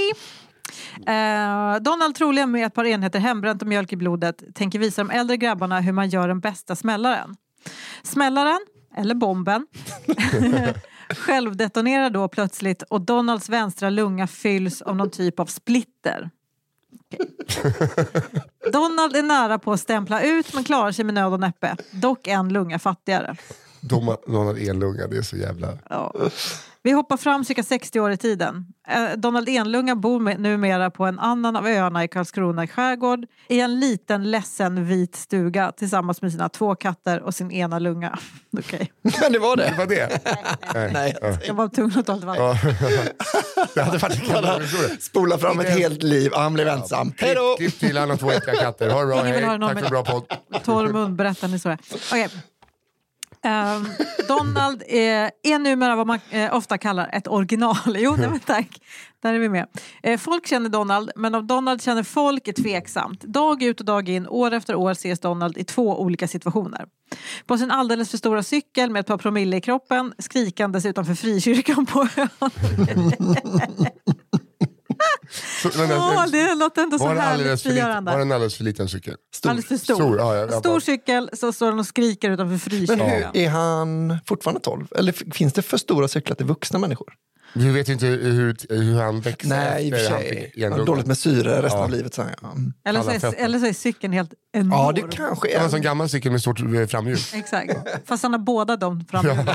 Donald troligen med ett par enheter hembränt och mjölk i blodet tänker visa de äldre grabbarna hur man gör den bästa smällaren. Smällaren, eller bomben, självdetonerar då plötsligt och Donalds vänstra lunga fylls av någon typ av splitter. Okay. Donald är nära på att stämpla ut men klarar sig med nöd och näppe. Dock en lunga fattigare. Donald Enlunga, det är så jävla... Ja. Vi hoppar fram cirka 60 år i tiden. Donald Enlunga bor numera på en annan av öarna i Karlskrona skärgård i en liten ledsen vit stuga tillsammans med sina 2 katter och sin ena lunga. Okej. Men det var det. Det var det? Nej. Jag var tvungen att ta lite vatten. Det hade varit en Spola fram ett helt liv. Han blev ensam. Hej då! Tips till alla 2 äckliga katter. Ha det bra, Ingen vill ha hej. Tack för bra podd. Torr mun, berätta en historia. Okej. Donald är numera vad man ofta kallar ett original. Jo, nej, men tack. Där är vi med. Folk känner Donald, men om Donald känner folk är tveksamt. Dag ut och dag in, år efter år ses Donald i 2 olika situationer. På sin alldeles för stora cykel med ett par promille i kroppen, skrikandes utanför frikyrkan på ön. Det låter ändå så härligt frigörande. Har en alldeles för liten cykel? Alldeles för stor. Stor cykel, så står den och skriker utanför frikyrkan. Men är han fortfarande 12? Eller finns det för stora cyklar till vuxna människor? Du vet ju inte hur han växer. Nej, i och för sig. Han har dåligt med syre resten av livet. Så eller så är cykeln helt enorm. Ja, det kanske är. Han har en sån gammal cykel med stort framhjul. Exakt. Fast han har båda de framhjulen.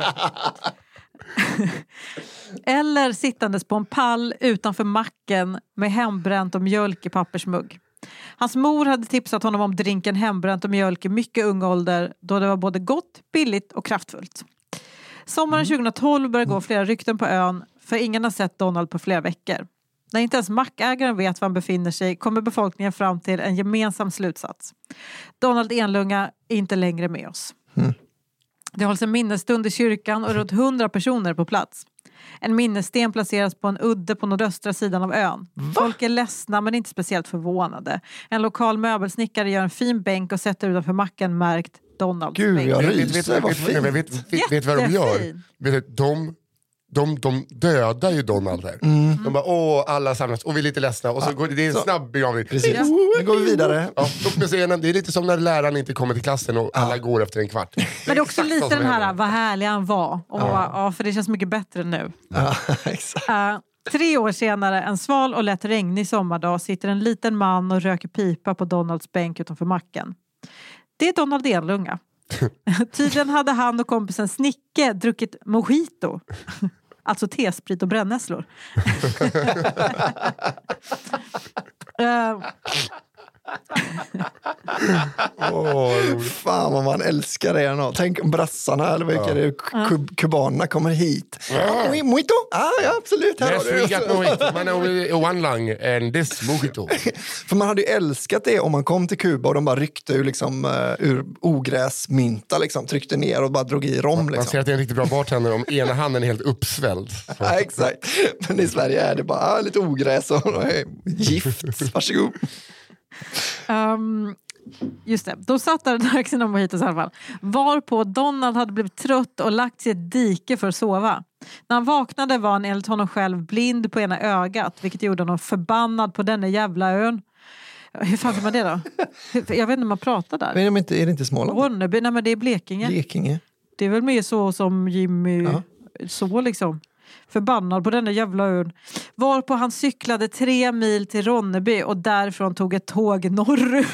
Eller sittandes på en pall utanför macken med hembränt och mjölk i pappersmugg. Hans mor hade tipsat honom om drinken hembränt och mjölk i mycket ung ålder, då det var både gott, billigt och kraftfullt. Sommaren 2012 började gå flera rykten på ön, för ingen har sett Donald på flera veckor. När inte ens mackägaren vet var han befinner sig kommer befolkningen fram till en gemensam slutsats. Donald Enlunga är inte längre med oss. Det hålls en minnesstund i kyrkan och runt 100 personer på plats. En minnessten placeras på en udde på nordöstra sidan av ön. Folk är ledsna men inte speciellt förvånade. En lokal möbelsnickare gör en fin bänk och sätter utanför macken märkt Donalds Gud, bänk. jag ryser, vad fint. Vet vad de gör? De dödar ju Donald här. De bara, alla samlas och vi är lite ledsna. Och så går det är en snabb begravning. Precis. Nu går vi vidare. Ja, det är lite som när läraren inte kommer till klassen och alla går efter en kvart. Men det är också lite den här, vad härlig han var. Och för det känns mycket bättre nu. Ja, exakt. 3 år senare, en sval och lätt regnig sommardag, sitter en liten man och röker pipa på Donalds bänk utanför macken. Det är Donald Enlunga. Tydligen hade han och kompisen Snicke druckit mojito. Alltså tesprit och brännässlor. Fan vad man älskar det. Tänk om brassarna eller vilka det är, kubanerna kommer hit. Mojito? Ja, absolut. Yes, we got mojito. Man har one lung and this mojito. För man hade ju älskat det om man kom till Kuba och de bara ryckte ur ogräsmynta liksom, tryckte ner och bara drog i rom. Man ser att det är en riktigt bra bartender om ena handen är helt uppsvälld. Ja, exakt. Men i Sverige är det bara lite ogräs och gift. Varsågod. Just det, de satt där och drack sina mojitos i alla fall. Varpå Donald hade blivit trött och lagt sig i ett dike för att sova. När han vaknade var han enligt honom själv blind på ena ögat, vilket gjorde honom förbannad på denna jävla ön. Hur fan är man det då? Jag vet inte om man pratar där. Men är det inte Småland? Ronneby, nej men det är Blekinge. Det är väl mer så som Jimmy, så liksom. Förbannad på denna jävla ön. Varpå han cyklade 3 mil till Ronneby och därifrån tog ett tåg norrut.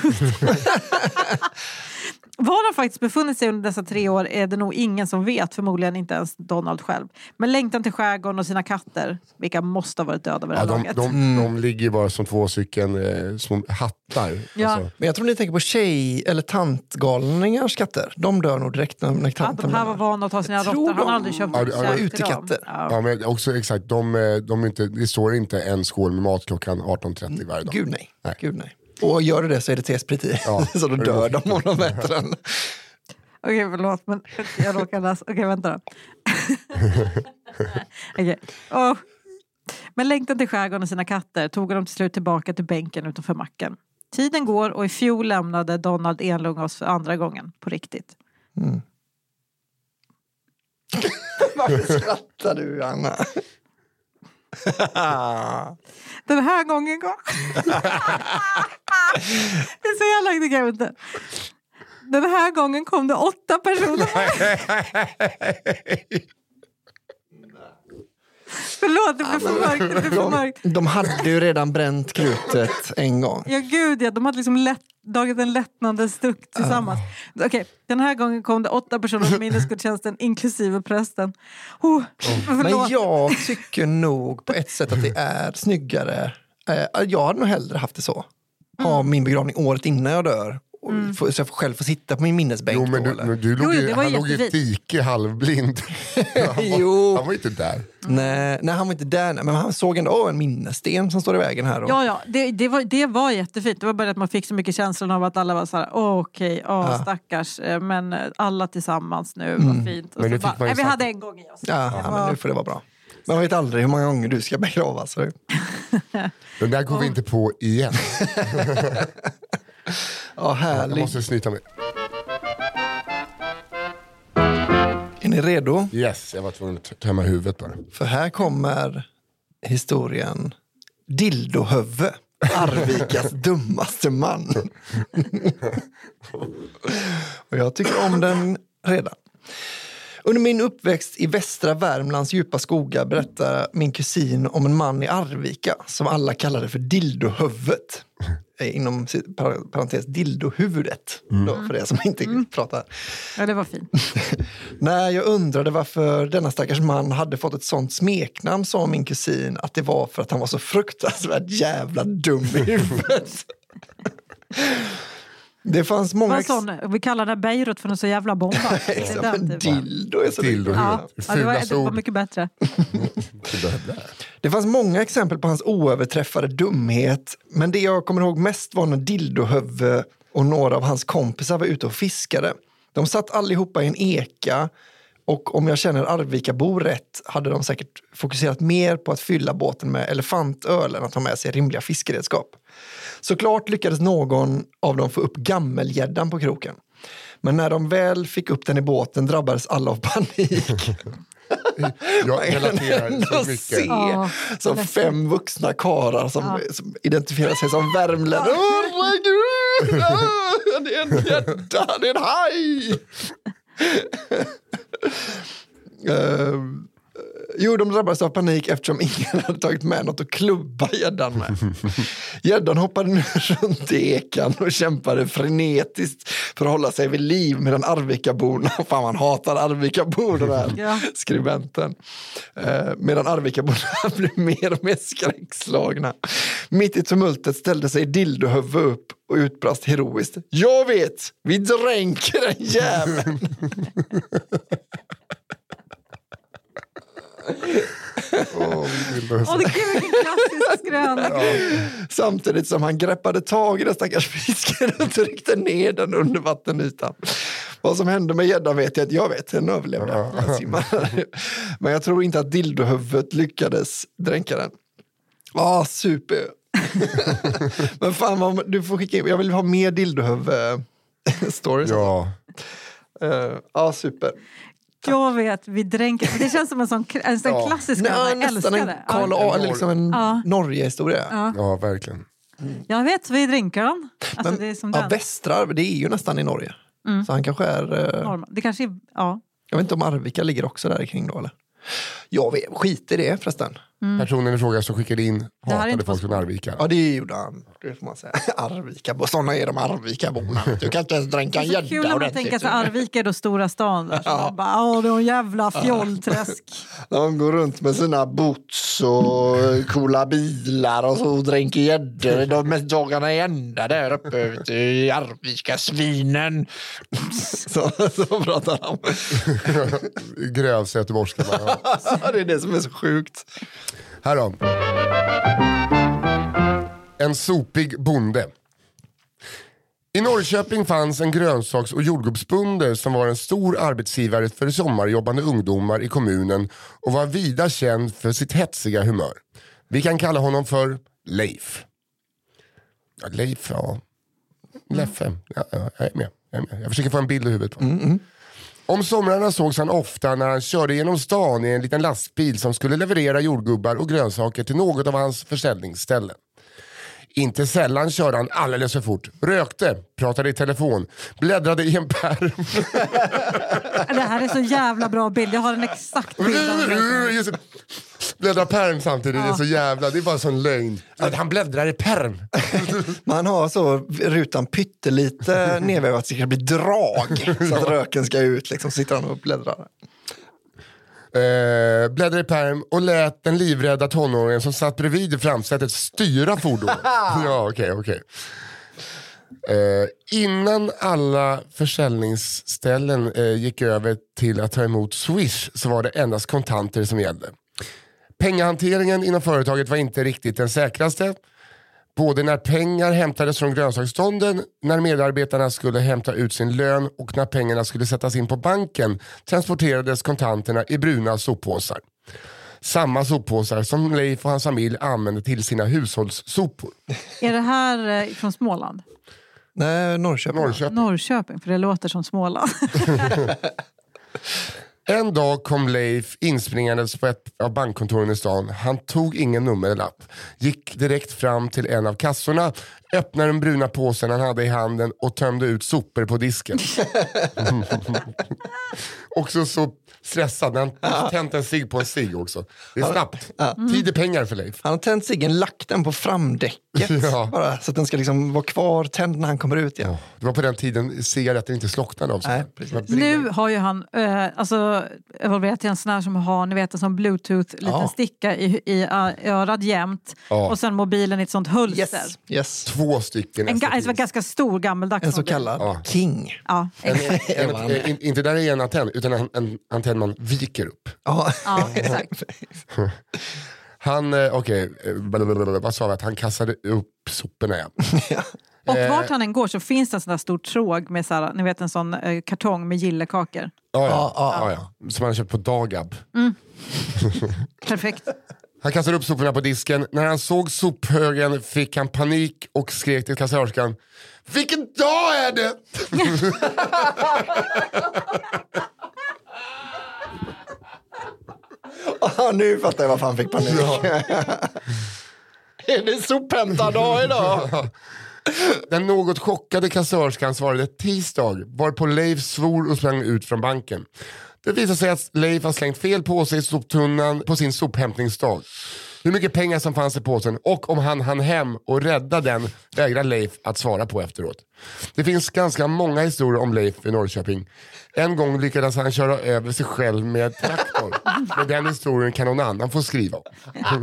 Var han faktiskt befunnit sig under dessa 3 år är det nog ingen som vet, förmodligen inte ens Donald själv. Men längtan till skärgården och sina katter, vilka måste ha varit döda vid det här laget. De ligger bara som 2 små hattar. Ja. Alltså. Men jag tror ni tänker på tjej- eller tantgalningars katter. De dör nog direkt när tanten de här var vana att ta sina råttor. Han har aldrig köpt utekatter. Ja, men också exakt. Det står inte en skål med mat klockan 18:30 varje dag. Gud nej. Och gör det så är det tesprit i. Ja. Så då dör de om de äter den. Okej, förlåt, men jag råkar läsa. Okej, vänta då. Okej. Men längtan till skärgården och sina katter tog de till slut tillbaka till bänken utanför macken. Tiden går och i fjol lämnade Donald Enlunga oss för andra gången, på riktigt. Varför skrattar du, Anna? Den här gången går. Det är så jävla det kan jag inte. Den här gången kom det 8 personer. Förlåt, det blev för mörkt. De hade ju redan bränt krutet en gång. Ja, gud ja. De hade liksom dragit en lättnadens stuck tillsammans. Okej, den här gången kom det 8 personer på minnesgudstjänsten, inklusive prästen. Men jag tycker nog på ett sätt att det är snyggare. Jag hade nog hellre haft det så. Ha min begravning året innan jag dör. Så jag får själv få sitta på min minnesbänk. Jo, men han låg i ett dike halvblind. Han var inte där. Nej, han var inte där. Men han såg ändå en minnessten som står i vägen här. Ja, det var jättefint. Det var bara att man fick så mycket känslan av att alla var så här, okej, stackars. Men alla tillsammans nu, vad fint. Och så bara, vi hade en gång i oss. Men nu får det vara bra. Man vet aldrig hur många gånger du ska begravas. Den där går vi inte på igen. Ja, härligt. Jag måste snyta mig. Är ni redo? Yes, jag var tvungen att tömma huvudet bara. För här kommer historien Dildohövve, Arvikas dummaste man. Och jag tycker om den redan. Under min uppväxt i västra Värmlands djupa skogar berättar min kusin om en man i Arvika som alla kallade för Dildohövvet. Inom parentes dildohuvudet. Då, för det som inte pratar. Ja, det var fint. När jag undrade varför denna stackars man hade fått ett sånt smeknamn, sa min kusin att det var för att han var så fruktansvärt jävla dum i huvudet. Det fanns många... Vi kallar det Beirut för en så jävla bomba. Dildo är så dildo. Det var mycket bättre. Det fanns många exempel på hans oöverträffade dumhet. Men det jag kommer ihåg mest var när Dildohövve och några av hans kompisar var ute och fiskade. De satt allihopa i en eka. Och om jag känner Arvika-bor rätt hade de säkert fokuserat mer på att fylla båten med elefantöl än att ha med sig rimliga fiskeredskap. Såklart lyckades någon av dem få upp gammelgäddan på kroken. Men när de väl fick upp den i båten drabbades alla av panik. Jag relaterar så mycket. Som 5 vuxna karar som identifierar sig som värmlänningar. Herregud! Det är en gädda, det är en haj! De drabbades av panik eftersom ingen hade tagit med något att klubba gäddan med. Gäddan hoppade nu runt i ekan och kämpade frenetiskt för att hålla sig vid liv medan Arvikaborna, fan man hatar Arvikaborna där, skribenten. Medan Arvikaborna blev mer och mer skräckslagna. Mitt i tumultet ställde sig Dildohövve upp och utbrast heroiskt: jag vet, vi dränker den jäveln. Det är vilken klassisk skröna. Samtidigt som han greppade tag i den stackars fisken och tryckte ner den under vattenytan. Vad som hände med gäddan vet jag att jag vet. Den överlevde. Men jag tror inte att Dildohövvet lyckades dränka den. Super. Men fan, du får skicka in. Jag vill ha mer Dildohövve-stories. Ja. Super. Jag vet, vi dränker. Det känns som en sån klassisk. Jag älskar det. Karl A, eller liksom en Norge-historia. Ja, verkligen. Jag vet, vi drinkar den. Alltså, det är som den. Västra, det är ju nästan i Norge. Så han kanske är... Det kanske är, Jag vet inte om Arvika ligger också där kring då, eller? Jag vet, skit i det förresten. Personen i fråga som skickade in hatade folk från Arvika. Ja, det gjorde han. Det får man säga. Arvika, sådana är de Arvika-borna. Du kan inte ens dränka en gädda. Det är kul om man tänker att Arvika är då stora stan. Där, så man bara, det är en jävla fjollträsk. De går runt med sina boots och coola bilar och så dränker gäddor. De mest dagarna är ända där uppe i Arvika, svinen. Så pratar de. Grövs göteborgska. Det är det som är så sjukt. Här då. En sopig bonde. I Norrköping fanns en grönsaks- och jordgubbsbonde som var en stor arbetsgivare för sommarjobbande ungdomar i kommunen och var vida känd för sitt hetsiga humör. Vi kan kalla honom för Leif. Ja, Leif, ja. Leffe. Ja, jag är med. Jag försöker få en bild i huvudet på. Om somrarna sågs han ofta när han körde genom stan i en liten lastbil som skulle leverera jordgubbar och grönsaker till något av hans försäljningsställen. Inte sällan körde han alldeles för fort. Rökte, pratade i telefon, bläddrade i en pärm. Det här är så jävla bra bild. Jag har en exakt bild. Bläddrar pärm samtidigt, det är så jävla, det är bara sån lögn. Att han bläddrar i pärm. Man har så rutan pyttelite nedvävat så det ska bli drag. Så att röken ska ut, liksom sitter han och bläddrar. Bläddrar i pärm och lät den livrädda tonåringen som satt bredvid i framsätet styra fordonet. Ja, okej. Innan alla försäljningsställen gick över till att ta emot Swish så var det endast kontanter som gällde. Pengahanteringen inom företaget var inte riktigt den säkraste. Både när pengar hämtades från grönsaksstånden, när medarbetarna skulle hämta ut sin lön och när pengarna skulle sättas in på banken transporterades kontanterna i bruna soppåsar. Samma soppåsar som Leif och hans familj använde till sina hushållssopor. Är det här från Småland? Nej, Norrköping. Norrköping, för det låter som Småland. En dag kom Leif inspringandes på ett av bankkontoren i stan. Han tog ingen nummerlapp. Gick direkt fram till en av kassorna, öppnade den bruna påsen han hade i handen och tömde ut sopor på disken. Också så stressad. Han tänt en cigg på en cigg också. Det är snabbt. Tid är pengar för Leif. Han har tänt ciggen, lagt den på framdäcket. Bara, så att den ska liksom vara kvar tänd när han kommer ut igen. Det var på den tiden cigaretter inte slocknade av sig. Nu har ju han evolverat till en sån här som har, ni vet, en sån bluetooth liten sticka i örat jämt. Och sen mobilen i ett sånt hölster. Yes. 2 stycken. En ganska stor gammeldags en så kallad King. Ja, inte där är en antenn, utan en antenn man viker upp. Ja, exakt. Han, vad sa vi? Att han kastade upp soporna. Och vart han än går så finns det en sån där stor tråg med så här, ni vet, en sån kartong med gillekakor. Ja. Som han köpt på Dagab. Perfekt. Han kastade upp soporna på disken. När han såg sophögen fick han panik och skrek till kassörskan: vilken dag är det? Nu fattar jag varför han fick panik. Är det sophämtardag idag? Den något chockade kassörskan svarade tisdag, varpå Leif svor och sprang ut från banken. Det visade sig att Leif har slängt fel påse i soptunnan på sin sophämtningsdag. Hur mycket pengar som fanns i påsen och om han hann hem och rädda den vägrar Leif att svara på efteråt. Det finns ganska många historier om Leif i Norrköping. En gång lyckades han köra över sig själv med traktor. Men den historien kan någon annan få skriva om.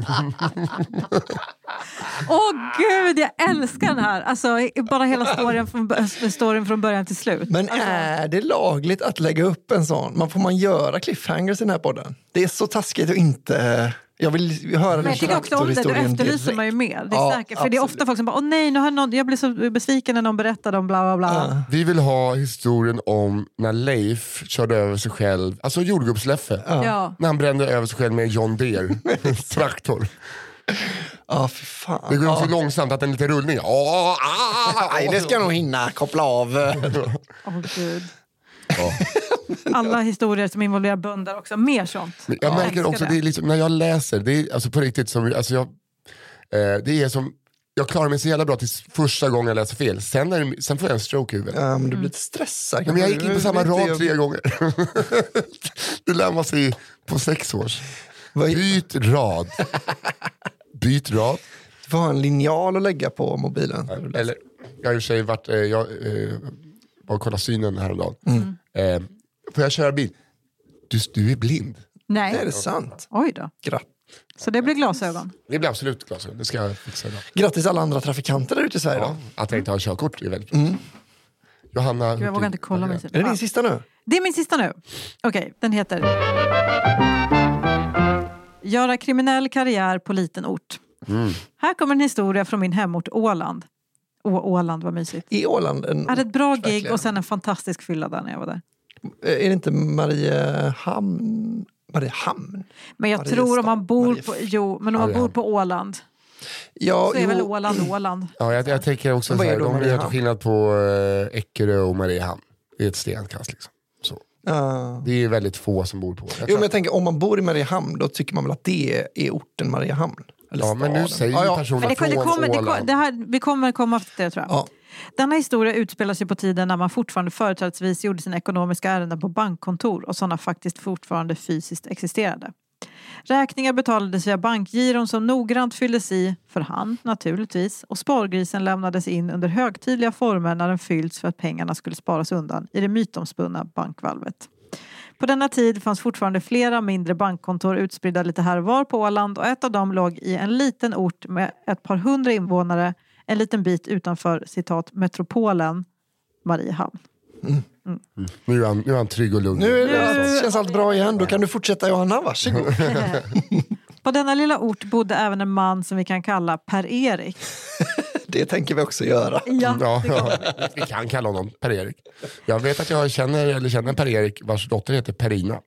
Åh gud, jag älskar den här. Alltså, bara hela storyn från början till slut. Men är det lagligt att lägga upp en sån? Får man göra cliffhangers i den här podden? Det är så taskigt och inte... Jag vill höra den. Men jag tycker också om det, du efterlyser man ju mer. Det är säkert, för det är ofta folk som bara, nej, nu har jag blev så besviken när någon berättade om bla bla bla. Vi vill ha historien om när Leif körde över sig själv, alltså jordgubbsleffe. När han brände över sig själv med en John Deere traktor. Fy fan. Det går så långsamt att en liten rullning. Nej, det ska jag nog hinna koppla av. Gud. Alla historier som involverar bönder också, mer sånt. Jag märker också det är liksom, när jag läser, det är alltså på riktigt som, alltså det är som, jag klarar mig så jävla bra tills första gången jag läser fel. Sen får jag en stroke i huvudet. Men du blir lite stressad. Men jag gick in på samma rad 3 gånger. Det lär man sig på 6 års. Byt rad. Byt rad. Du får ha en linjal att lägga på mobilen. Eller, jag har ju sig varit, jag var och kollade synen häromdagen. Får jag köra bil? Du är blind. Nej. Det är sant. Oj då. Så det blir glasögon? Det blir absolut glasögon. Det ska jag fixa idag. Grattis alla andra trafikanter där ute i Sverige då. Att jag inte har körkort är väldigt Johanna... Jag vågar inte kolla mig. Är det din sista nu? Det är min sista nu. Okej, den heter Göra kriminell karriär på liten ort. Här kommer en historia från min hemort Åland. Åland, var mysigt. I Åland? Jag hade ett bra gig och sen en fantastisk fylla där när jag var där. Är det inte Mariehamn? Men jag tror om man bor på... om man bor på Åland... Ja, så är väl Åland. Ja, jag tänker också så här, de är till skillnad på Eckerö och Mariehamn. Det är ett stenkast liksom. Så. Det är väldigt få som bor på. Men jag tänker, om man bor i Mariehamn, då tycker man väl att det är orten Mariehamn. Eller Ja, men nu staden. säger personen från Åland. Vi kommer komma efter det, tror jag. Ja. Denna historia utspelar sig på tiden när man fortfarande företrädesvis gjorde sina ekonomiska ärenden på bankkontor och sådana faktiskt fortfarande fysiskt existerade. Räkningar betalades via bankgiron som noggrant fylldes i, för hand naturligtvis, och spargrisen lämnades in under högtidliga former när den fyllts för att pengarna skulle sparas undan i det mytomspunna bankvalvet. På denna tid fanns fortfarande flera mindre bankkontor utspridda lite här och var på Åland och ett av dem låg i en liten ort med ett par 100 invånare, en liten bit utanför, citat, metropolen Mariehamn. Nu är han trygg och lugn. Nu känns allt bra igen. Då kan du fortsätta, Johanna. Varsågod. På denna lilla ort bodde även en man som vi kan kalla Per-Erik. Det tänker vi också göra. Ja, Vi kan kalla honom Per-Erik. Jag vet att jag känner en Per-Erik vars dotter heter Perina.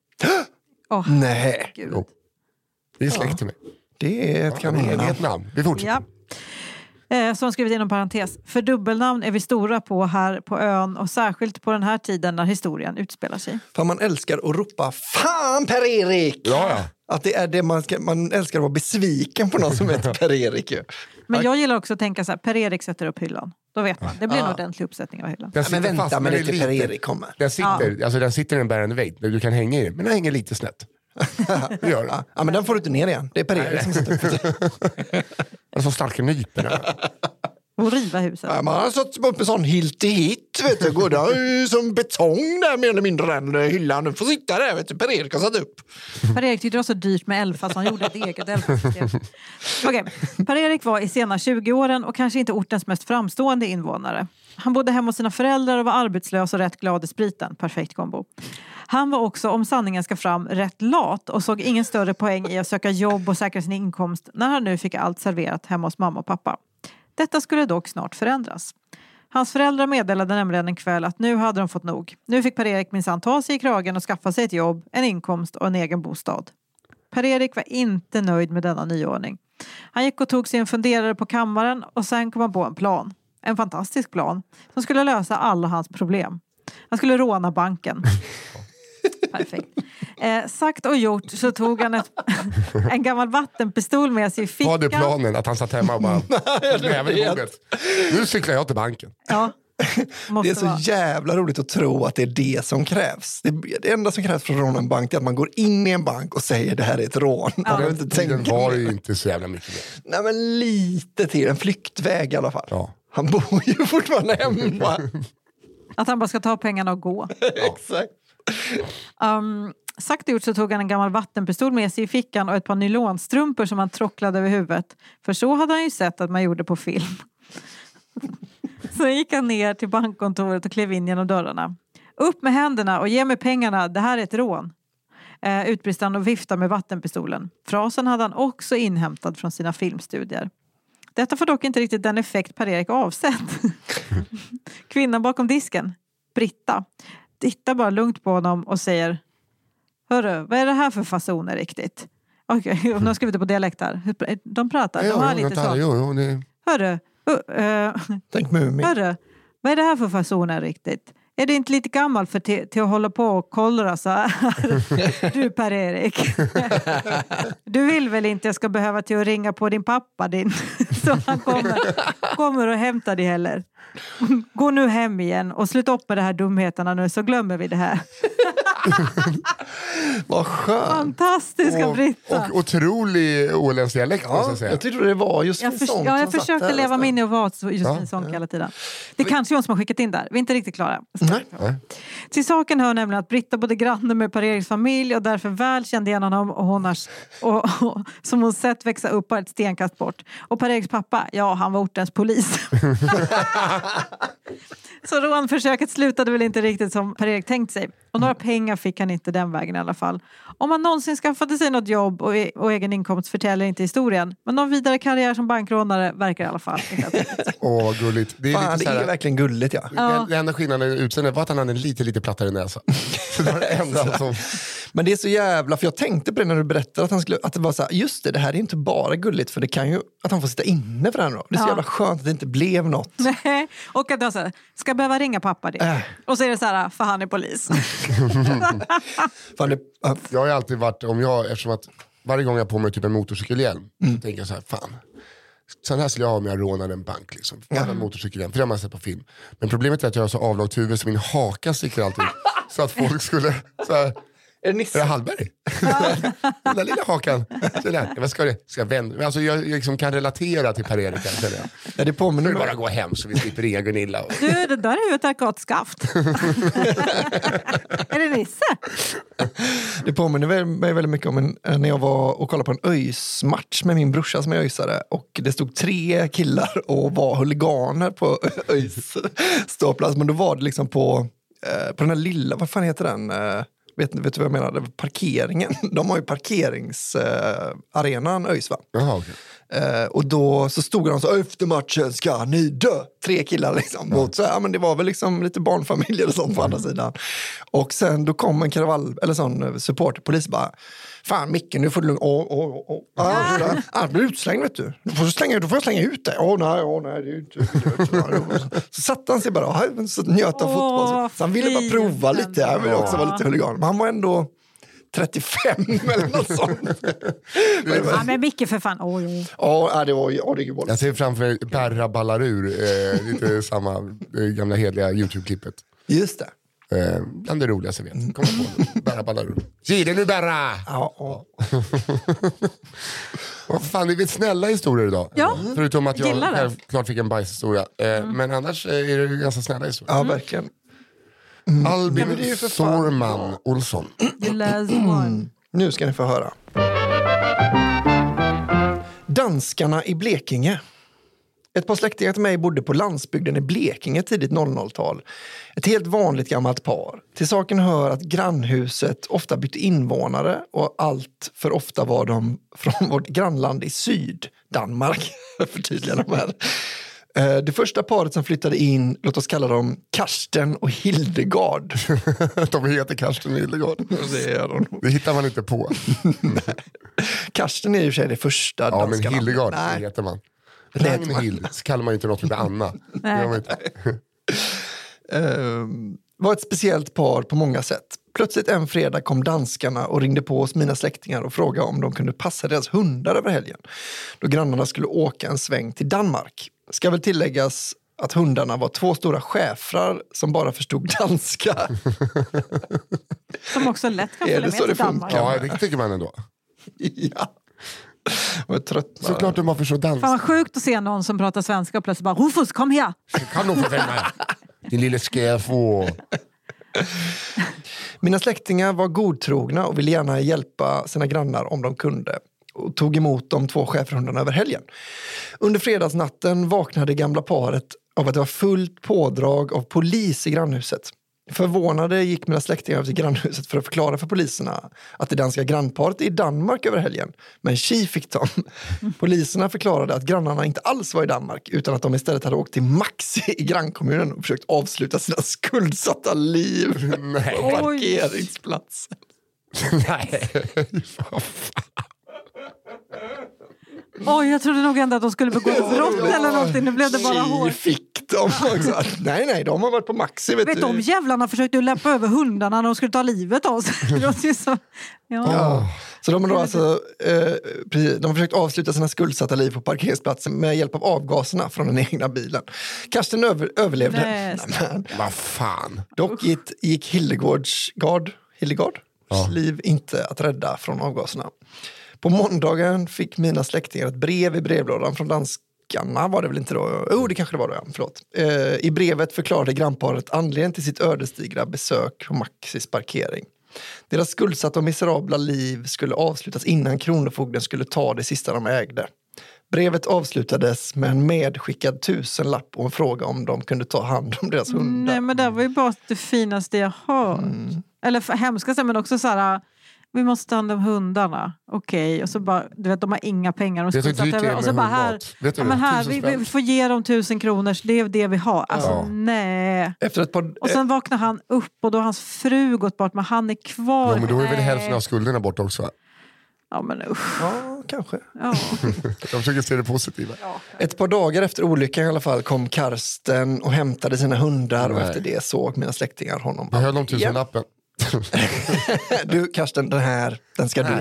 Nej. Gud. Jo. Det är släkt till mig. Det är ett Det är ett namn. Vi fortsätter. Ja. Som skrivit inom parentes. För dubbelnamn är vi stora på här på ön och särskilt på den här tiden när historien utspelar sig. För man älskar att ropa fan Per-Erik! Ja. Att det är det man älskar att vara besviken på någon som heter Per-Erik. Men jag gillar också att tänka så här, Per-Erik sätter upp hyllan. Då vet man, det blir en ordentlig uppsättning av hyllan. Men vänta med det till Per-Erik kommer. Den sitter i en bärande vägg. Du kan hänga i den, men den hänger lite snett. Det gör det. Ja, men den får du inte ner igen. Det är Per-Erik som sitter upp. Och så starka nyporna. Och riva huset. Ja, man har satt upp en sån hilt-hit, vet du. Går där som betong där mer eller mindre den hyllan. Du får sitta där, vet du. Per-Erik har satt upp. Per-Erik tyckte det var så dyrt med eld fast han gjorde ett eget eldsystem. Okej. Per-Erik var i sena 20-åren och kanske inte ortens mest framstående invånare. Han bodde hemma hos sina föräldrar och var arbetslös och rätt glad i spriten. Perfekt kombo. Han var också, om sanningen ska fram, rätt lat och såg ingen större poäng i att söka jobb och säkra sin inkomst när han nu fick allt serverat hemma hos mamma och pappa. Detta skulle dock snart förändras. Hans föräldrar meddelade nämligen en kväll att nu hade de fått nog. Nu fick Per-Erik minsann ta sig i kragen och skaffa sig ett jobb, en inkomst och en egen bostad. Per-Erik var inte nöjd med denna nyordning. Han gick och tog sig en funderare på kammaren och sen kom han på en plan. En fantastisk plan som skulle lösa alla hans problem. Han skulle råna banken. Perfekt. Sagt och gjort så tog han en gammal vattenpistol med sig i fickan. Var det planen att han satt hemma och bara näven i bordet? Nu cyklar jag till banken. Ja. Det är så jävla roligt att tro att det är det som krävs. Det enda som krävs för att råna en bank är att man går in i en bank och säger det här är ett rån. Ja. Den var ju inte så jävla mycket mer. Nej, men lite till. En flyktväg i alla fall. Ja. Han bor ju fortfarande hemma. Att han bara ska ta pengarna och gå. Exakt. Sagt och gjort så tog han en gammal vattenpistol med sig i fickan och ett par nylonstrumpor som han tråcklade över huvudet. För så hade han ju sett att man gjorde på film. Så gick han ner till bankkontoret och klev in genom dörrarna. Upp med händerna och ge mig pengarna, det här är ett rån. Utbrist han och viftade med vattenpistolen. Frasen hade han också inhämtad från sina filmstudier. Detta får dock inte riktigt den effekt Per-Erik avsett. Kvinnan bakom disken, Britta, tittar bara lugnt på honom och säger: Hörru, vad är det här för fasoner riktigt? Okej, nu ska vi på dialekt här. De pratar, de har lite så. Hörru, tänk Mumin. Hörru, vad är det här för fasoner riktigt? Är det inte lite gammal för till att hålla på och kollra så här? Du Per-Erik. Du vill väl inte jag ska behöva till att ringa på din pappa så han kommer och hämtar dig heller. Gå nu hem igen och sluta upp med de här dumheterna nu så glömmer vi det här. Vad skönt. Fantastiska Britta. Och otrolig åländsk dialekt, måste jag säga. Jag tyckte det var just en sån. Jag försökte leva mig in och vara just en sån hela tiden. Det kanske är hon som har skickat in där. Vi är inte riktigt klara. Nej. Till saken hör nämligen att Britta bodde granne med Per-Eriks familj och därför väl kände igen honom och hon och som hon sett växa upp bara ett stenkast bort. Och Per-Eriks pappa, ja, han var ortens polis. Så rånförsöket slutade väl inte riktigt som Per-Erik tänkt sig. Och några pengar fick han inte den vägen i alla fall. Om han någonsin skaffade sig något jobb och egen inkomst förtäller inte historien. Men någon vidare karriär som bankrånare verkar i alla fall inte. Åh, gulligt. Det är, Fan, lite det är verkligen gulligt, ja. Den enda skillnaden i utseendet var att han hade en lite plattare näsa. Så det var det enda som... Men det är så jävla, för jag tänkte på det när du berättade att det var så här, just det här är inte bara gulligt för det kan ju att han får sitta inne för det här då. Det är så jävla skönt att det inte blev något. Nej, och att det var så här, ska behöva ringa pappa det. Och så är det så här, för han är polis. Fan, Jag har ju alltid varit, eftersom att varje gång jag på mig typ en motorcykelhjälm, så tänker jag så här, fan. Sen här skulle jag ha om jag rånade en bank liksom. En motorcykelhjälm, för det har man sett på film. Men problemet är att jag har så avlågt huvud så min haka sticker alltid. Så att folk skulle så här, är det Hallberg? Den där lilla hakan. Vad ska det? Ska jag vända? Alltså jag liksom kan relatera till Per-Erik. Ja, det påminner mig. Bara gå hem så vi slipper ringa Gunilla. Du, det där huvudet är gatskaft. Är det Nisse? Det påminner mig väldigt mycket om när jag var och kollade på en ÖIS-match med min brorsa som är öjsare. Och det stod 3 killar och var huliganer på ÖIS ståplats. Men då var det liksom på den här lilla, vad fan heter den? Vet du vad jag menar? Parkeringen. De har ju parkeringsarenan ÖIS, va? Jaha, okej. Och då så stod de så, efter matchen ska ni dö. 3 killar liksom. Mot, så, men det var väl liksom lite barnfamiljer och sånt på andra sidan. Och sen då kom en kravall, eller sån supporterpolis bara, fan Micke, nu får du lugn. Blir utslängd, vet du. Du får slänga ut dig. Nej, det är inte. Så satt han sig bara, så njöt av fotboll. Så han ville bara prova lite. Han ville också vara lite huligan. Men han var ändå 35 eller något sånt. Ja, men Micke för fan. Ja, det var ju. Jag ser framför mig Berra ballar ur, lite samma gamla hedliga YouTube-klippet. Just det. Bland det roligaste jag vet. Kom på Berra ballar ur. Ge det nu, Berra! Ja. Vad fan, det är snälla historier idag. Ja. Förutom att jag självklart fick en bajshistoria. Men annars är det ganska snälla historier. Ja, verkligen. Albin Sorman Olsson. Nu ska ni få höra. Danskarna i Blekinge. Ett par släktingar till mig bodde på landsbygden i Blekinge tidigt 00-tal. Ett helt vanligt gammalt par. Till saken hör att grannhuset ofta bytte invånare och allt för ofta var de från vårt grannland i syd, Danmark, förtydliga de här. Det första paret som flyttade in, låt oss kalla dem Karsten och Hildegard. De heter Karsten och Hildegard. Det är de. Det hittar man inte på. Karsten är ju för sig det första danska namnet. Men Hildegard, det heter man. Ragnhild, så kallar man inte något med Anna. Var ett speciellt par på många sätt. Plötsligt en fredag kom danskarna och ringde på oss mina släktingar och frågade om de kunde passa deras hundar över helgen. Då grannarna skulle åka en sväng till Danmark. Ska väl tilläggas att hundarna var 2 stora schäfrar som bara förstod danska. Som också lätt kan följa med till Danmark. Ja, det tycker man ändå. Ja. Jag trött. Såklart de har förstått danska. Fan vad sjukt att se någon som pratar svenska och plötsligt bara, Rufus, kom här! Kan nog få vända. Din lille skärfå. Mina släktingar var godtrogna och ville gärna hjälpa sina grannar om de kunde. Och tog emot de 2 schäferhundarna över helgen. Under fredagsnatten vaknade gamla paret av att det var fullt pådrag av polis i grannhuset. Förvånade gick mina släktingar över till grannhuset för att förklara för poliserna att det danska grannparet är i Danmark över helgen. Men tji fick de. Poliserna förklarade att grannarna inte alls var i Danmark utan att de istället hade åkt till Maxi i grannkommunen och försökt avsluta sina skuldsatta liv på parkeringsplatsen. Nej, Jag trodde nog ändå att de skulle begå brott eller någonting. Nu blev det bara hårt. Fick de också. Nej, de har varit på Maxi. Vet de jävlarna försökte ju lämpa över hundarna när de skulle ta livet av sig. Så de har då alltså de har försökt avsluta sina skuldsatta liv på parkeringsplatsen med hjälp av avgaserna från den egna bilen. Karsten överlevde. Vad fan. Dock gick Hildegards liv inte att rädda från avgaserna. På måndagen fick mina släktingar ett brev i brevlådan från danskarna, var det väl inte då? Det kanske det var då, ja. Förlåt. I brevet förklarade grannparet anledningen till sitt ödesdigra besök på Maxis parkering. Deras skuldsatta och miserabla liv skulle avslutas innan kronofogden skulle ta det sista de ägde. Brevet avslutades med en medskickad 1000-lapp och en fråga om de kunde ta hand om deras hundar. Nej, men det var ju bara det finaste jag hört. Eller hemskaste, men också så här... Vi måste ta hand om hundarna. Okej. Och så bara, du vet, de har inga pengar. Och så bara här, vi får ge dem 1000 kronor. Det är det vi har. Alltså nej. Och sen vaknar han upp och då har hans fru gått bort. Men han är kvar. Ja, men då är väl hälften av skulderna bort också. Ja, men usch. Ja, kanske. Ja. De försöker se det positiva. Ja. Ett par dagar efter olyckan i alla fall kom Karsten och hämtade sina hundar. Och efter det såg mina släktingar honom. Jag höll om 1000-lappen. Du Karsten, den ska du ha.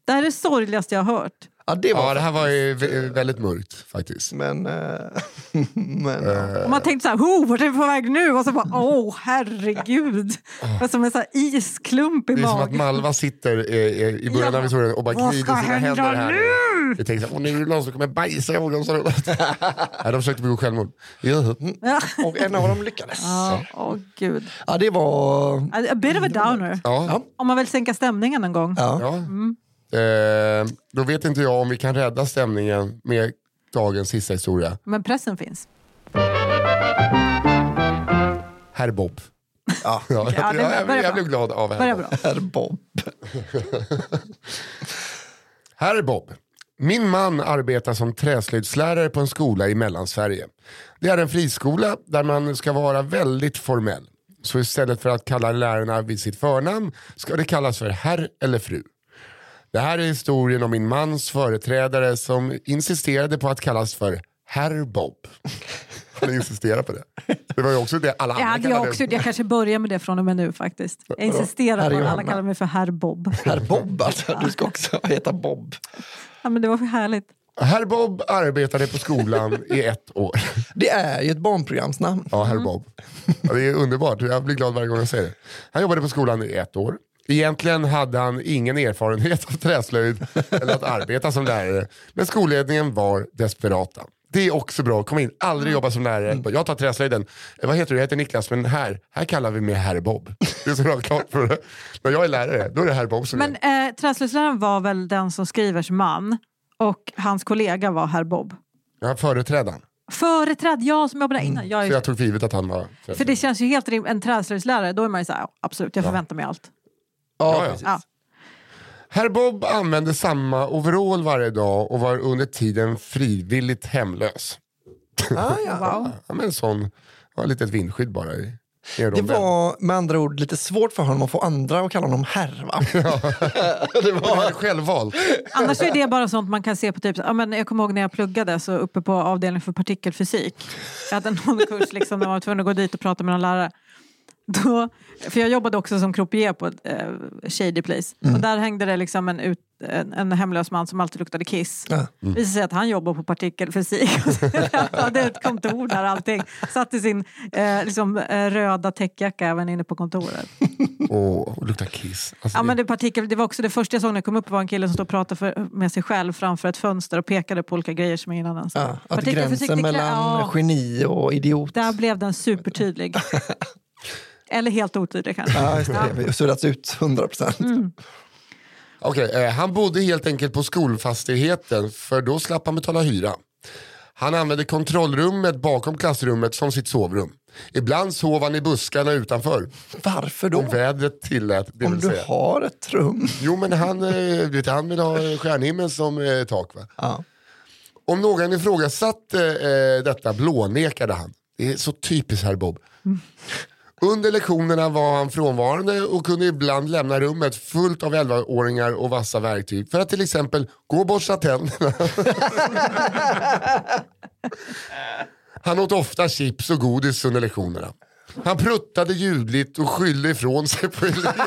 Det här är det sorgligaste jag har hört. Ja, det här var ju väldigt mörkt faktiskt. Men Och man tänkte så här, vart är vi på väg nu? Och så bara, herregud. Det som en så här isklump i magen. Det är som att Malva sitter i början av historien och bara glider sina händer här. Nu? Vi tänkte så här, nu är det någon som kommer bajsa i ögonsordet. De försökte begå självmord. Och en av dem lyckades. Gud. Ja, det var... A bit of a downer. Ja. Om man vill sänka stämningen en gång. Ja. Då vet inte jag om vi kan rädda stämningen med dagens sista historia. Men pressen finns. Herr Bob. Ja. Jag blev glad av Herr Bob. Herr Bob. Herr Bob. Min man arbetar som träslöjdslärare på en skola i Mellansverige. Det är en friskola där man ska vara väldigt formell. Så istället för att kalla lärarna vid sitt förnamn ska det kallas för herr eller fru. Det här är historien om min mans företrädare som insisterade på att kallas för herr Bob. Han insisterade på det. Det var ju också det alla andra kallade. Jag kanske börjar med det från och med nu faktiskt. Jag insisterar på att alla kallar mig för herr Bob. Herr Bob alltså, du ska också heta Bob. Ja, men det var för härligt. Herr Bob arbetade på skolan i 1 år. Det är ju ett barnprogramsnamn. Ja, herr Bob. Ja, det är underbart. Jag blir glad varje gång jag säger det. Han jobbade på skolan i 1 år. Egentligen hade han ingen erfarenhet av träslöjd eller att arbeta som lärare. Men skolledningen var desperata. Det är också bra. Kom in, aldrig jobba som lärare. Jag tar träslöjden. Vad heter du? Jag heter Niklas, men här kallar vi mig herr Bob. Det är så bra klart för det. När jag är lärare, då är det herr Bob som men träslöjdsläraren var väl den som skrivers man och hans kollega var herr Bob? Ja, företrädaren. Jag som jobbade innan. Så jag tog för givet att han var träslöjd. För det känns ju helt rimligt. En träslöjdslärare, då är man ju så här, absolut, jag förväntar mig allt. Ja. Herr Bob använde samma overall varje dag och var under tiden frivilligt hemlös. Wow. Ja, men sån var lite ett vindskydd bara i det var med andra ord lite svårt för honom att få andra att kalla honom herr, va? Det var självvalt. Annars är det bara sånt man kan se på typ, jag kommer ihåg när jag pluggade så uppe på avdelningen för partikelfysik. Jag hade någon kurs liksom, när man var tvungen att gå dit och prata med någon lärare. För jag jobbade också som croupier på Shady Place. Och där hängde det liksom en hemlös man som alltid luktade kiss. Visade sig att han jobbar på partikelfysik. Han hade ett kontor där allting. Satt i sin röda täckjacka även inne på kontoret. Och luktar kiss. Alltså men det var också det första jag såg när jag kom upp, var en kille som stod och pratade med sig själv framför ett fönster och pekade på olika grejer som ingen annan. Att gränsen mellan geni och idiot. Där blev den supertydlig. Eller helt otydlig kanske. Ja, just det. Vi har suddats ut 100%. Okej, han bodde helt enkelt på skolfastigheten för då slapp han betala hyra. Han använde kontrollrummet bakom klassrummet som sitt sovrum. Ibland sov han i buskarna utanför. Varför då? Om vädret tillät, det om du säga. Har ett rum. Jo, men han vill ha stjärnhimmel som tak, va? Ja. Om någon ifrågasatte detta blånekade han. Det är så typiskt herr Bob. Under lektionerna var han frånvarande och kunde ibland lämna rummet fullt av 11-åringar och vassa verktyg för att till exempel gå och borsta tänderna. Han åt ofta chips och godis under lektionerna. Han pruttade ljudligt och skyllde ifrån sig på eleverna.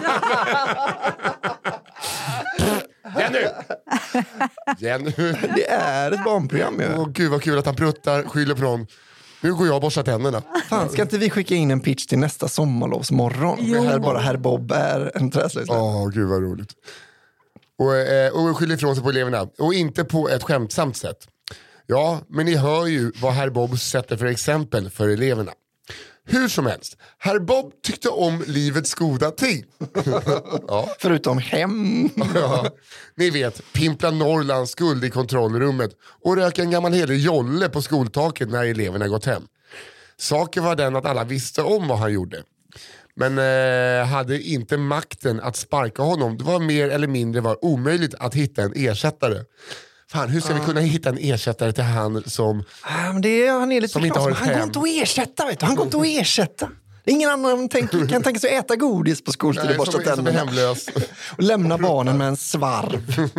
Jenny! Det är ett barnprogram ju. Gud vad kul att han pruttar, skyller ifrån. Nu går jag och borstar tänderna. Fan, ska inte vi skicka in en pitch till nästa sommarlovsmorgon? Här bara herr Bob är en träslöjdslärare. Gud vad roligt. Och skyller ifrån sig på eleverna. Och inte på ett skämtsamt sätt. Ja, men ni hör ju vad herr Bob sätter för exempel för eleverna. Hur som helst, herr Bob tyckte om livets goda ting. Ja. Förutom hem. Ja, ni vet, pimpla Norrlands skuld i kontrollrummet och röka en gammal helig jolle på skoltaket när eleverna gått hem. Saken var den att alla visste om vad han gjorde. Men hade inte makten att sparka honom. Det var mer eller mindre omöjligt att hitta en ersättare. Fan, hur ska vi kunna hitta en ersättare till han som han är lite som inte har ett hem? Han går inte att ersätta, vet du. Han går inte att ersätta. Ingen annan kan tänka sig att äta godis på skoltid och borsta tänderna. Hemlös. Och lämna barnen med en svarv.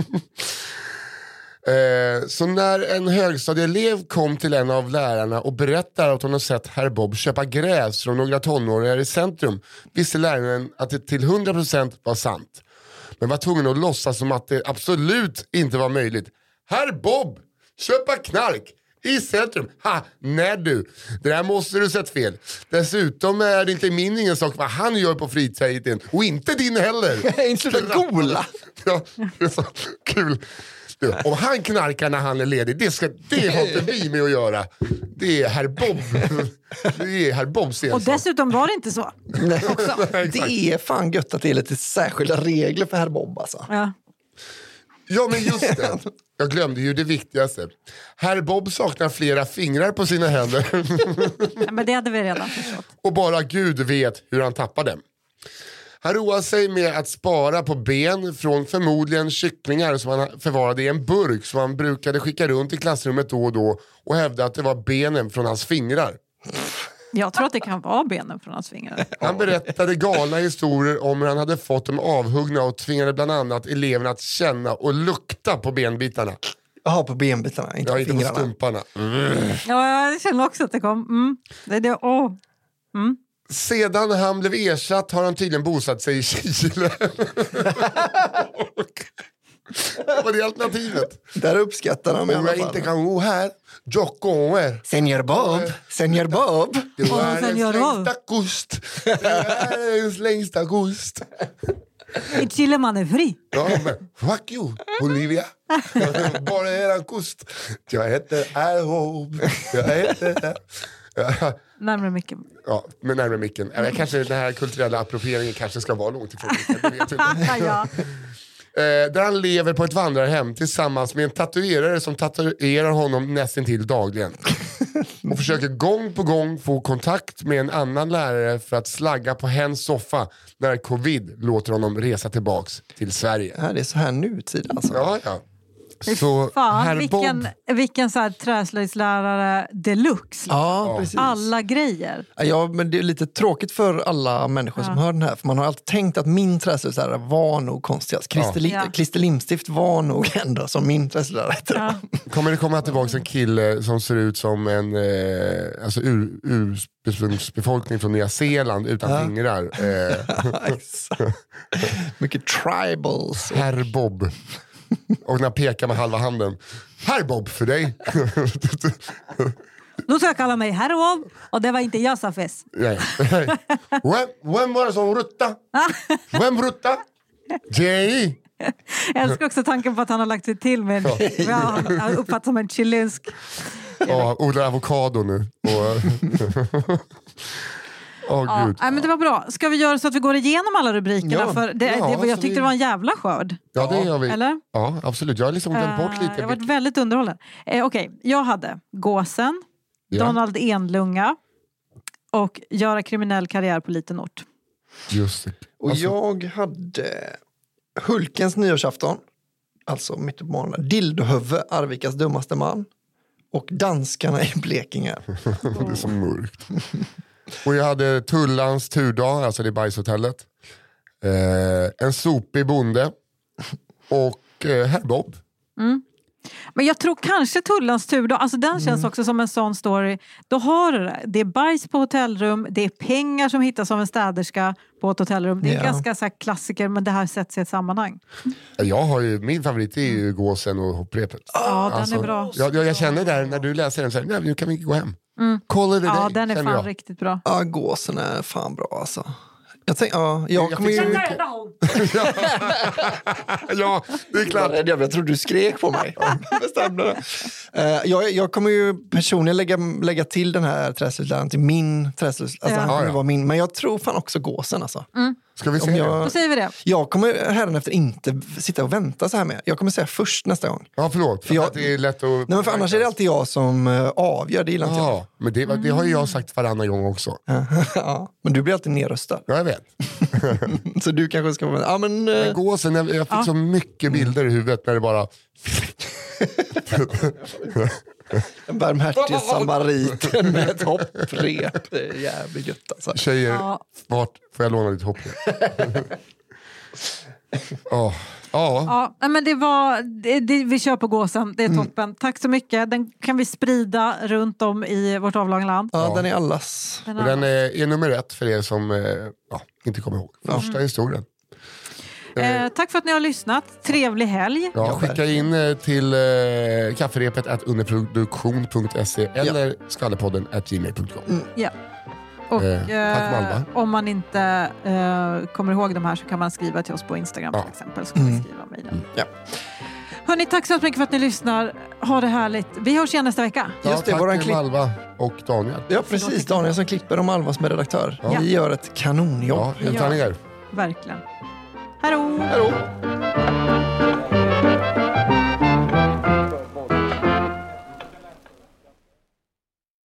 Så när en högstadieelev kom till en av lärarna och berättade att hon har sett herr Bob köpa gräs från några tonåringar i centrum, visste läraren att det till 100% var sant. men var tvungen att låtsas som att det absolut inte var möjligt. Herr Bob, köpa knark i centrum. Nej du, det där måste du sett fel. Dessutom är det inte min ingen sak vad han gör på fritiden. Och inte din heller. Inte så gola. Ja, det är så kul. Om han knarkar när han är ledig, det har inte vi med att göra. Det är herr Bob. Det är herr Bobs ensak. Och dessutom var det inte så. Också. Det är fan gött att det är lite särskilda regler för herr Bob alltså. Ja, men just det. Jag glömde ju det viktigaste. Herr Bob saknar flera fingrar på sina händer. Ja, men det hade vi redan förstått. Och bara Gud vet hur han tappade dem. Han roade sig med att spara på ben från förmodligen kycklingar som han förvarade i en burk som han brukade skicka runt i klassrummet då och då och hävda att det var benen från hans fingrar. Jag tror att det kan vara benen från hans fingrar. Han berättade galna historier om hur han hade fått dem avhuggna och tvingade bland annat eleverna att känna och lukta på benbitarna. Jaha, på benbitarna, inte på Inte fingrarna. på stumparna. Ja, jag känner också att det kom. Sedan han blev ersatt har han tydligen bosatt sig i Chile. Vad var det alternativet? Där uppskattar de i Om alla jag fall. inte kan gå här, jag kommer. Senior Bob. Det är Och världens Senior Bob. längsta kust. Det är världens längsta kust. I Chile man är fri. Ja, men fuck you, Olivia. Bara eran kust. Jag heter Erhob. Jag heter... Närmare mycket. Ja, men närmare micken. Kanske den här kulturella approprieringen kanske ska vara långt ifrån micken. Det vet jag inte. Ja. Där han lever på ett vandrarhem tillsammans med en tatuerare som tatuerar honom nästan till dagligen. Och försöker gång på gång få kontakt med en annan lärare för att slagga på hens soffa när covid låter honom resa tillbaks till Sverige. Ja, det är så här nutid alltså. Ja. Så Fan, herr Bob... vilken så här träslöjdslärare deluxe. Liksom. Ja, precis. Alla grejer. Ja, men det är lite tråkigt för alla människor som hör den här. För man har alltid tänkt att min träslöjdslärare var nog konstigast. Christer Limstift var nog ändå som min träslöjdslärare heter. Ja. Kommer det komma tillbaka en kille som ser ut som en ursprungsbefolkning från Nya Zeeland utan fingrar? Exakt. Mycket tribals. Herr Bob. Och när han pekar med halva handen. Herr Bob för dig. Du ska kalla mig herr Bob och det var inte jag sa fes. Nej. Vem var det som ruttade? Vem ruttade? Jay. Jag älskar också tanken på att han har lagt sig till med han uppfattas som en chilensk. Ja, odlar avokado nu. Gud. Nej, men det var bra. Ska vi göra så att vi går igenom alla rubrikerna? Ja. För jag tyckte det var en jävla skörd. Ja, det gör vi. Eller? Ja, absolut. Jag har liksom glömt bort lite. Jag har varit väldigt underhållen. Okej, jag hade Gåsen, Donald Enlunga och göra kriminell karriär på liten ort. Just det. Och jag hade Hulkens nyårsafton. Alltså mitt på morgonen. Dildohövve, Arvikas dummaste man. Och danskarna i Blekinge. Det är så mörkt. Och jag hade Tullans turdag, alltså det är bajshotellet. En sopig bonde. Och herr Bob. Men jag tror kanske Tullans tur då, alltså den känns också som en sån story. Då har du det. Det är bajs på hotellrum, det är pengar som hittas av en städerska på ett hotellrum. Det är ganska så här klassiker, men det här sätts i ett sammanhang. Jag har ju, min favorit är ju Gåsen och hopprepet. Ja, den är bra. Jag känner där när du läser den så här, nej, nu kan vi gå hem. Kolla det där. Ja, den är fan riktigt bra. Ja, Gåsen är fan bra alltså. Jag kommer ju... Ja, det är klart. Jag tror du skrek på mig. Jag kommer ju personligen lägga till den här träslöjdsläraren till min träslöjdslärare. Alltså, han kommer vara min. Men jag tror fan också Gåsen alltså. Ska vi se det? Då säger vi det. Jag kommer hädanefter inte sitta och vänta så här med. Jag kommer säga först nästa gång. Ja, förlåt. För att det är lätt att... Nej, men för annars är det alltid jag som avgör. Det gillar inte jag. Ja, men det har ju jag sagt varannan gång också. Ja, men du blir alltid nedröstad. Ja, jag vet. Så du kanske ska vara... Ja, men Gåsen, jag fick så mycket bilder i huvudet när det bara... en barmhärtig samariten med ett hopprep. Det är jävligt gött alltså. Tjejer, vart får jag låna ditt hopprep? Ja, men det var vi kör på Gåsen, det är toppen. Tack så mycket. Den kan vi sprida runt om i vårt avlånga land. Ja, den är allas. Och den är nummer 1 för er som inte kommer ihåg. Första historien. Tack för att ni har lyssnat. Trevlig helg. Ja, skicka in till kafferepet@underproduktion.se eller skvallerpodden@gmail.com. Ja. Och tack Malva. om man inte kommer ihåg de här så kan man skriva till oss på Instagram till exempel. Så kan vi skriva mejlen. Ja. Hörrni, tack så mycket för att ni lyssnar. Ha det härligt. Vi hörs igen nästa vecka. Just det, tack till Malva och Daniel. Ja, precis. Daniel som klipper och Malva som är redaktör. Vi gör ett kanonjobb. Ja, helt tärningar. Verkligen. Hej då! Hej då!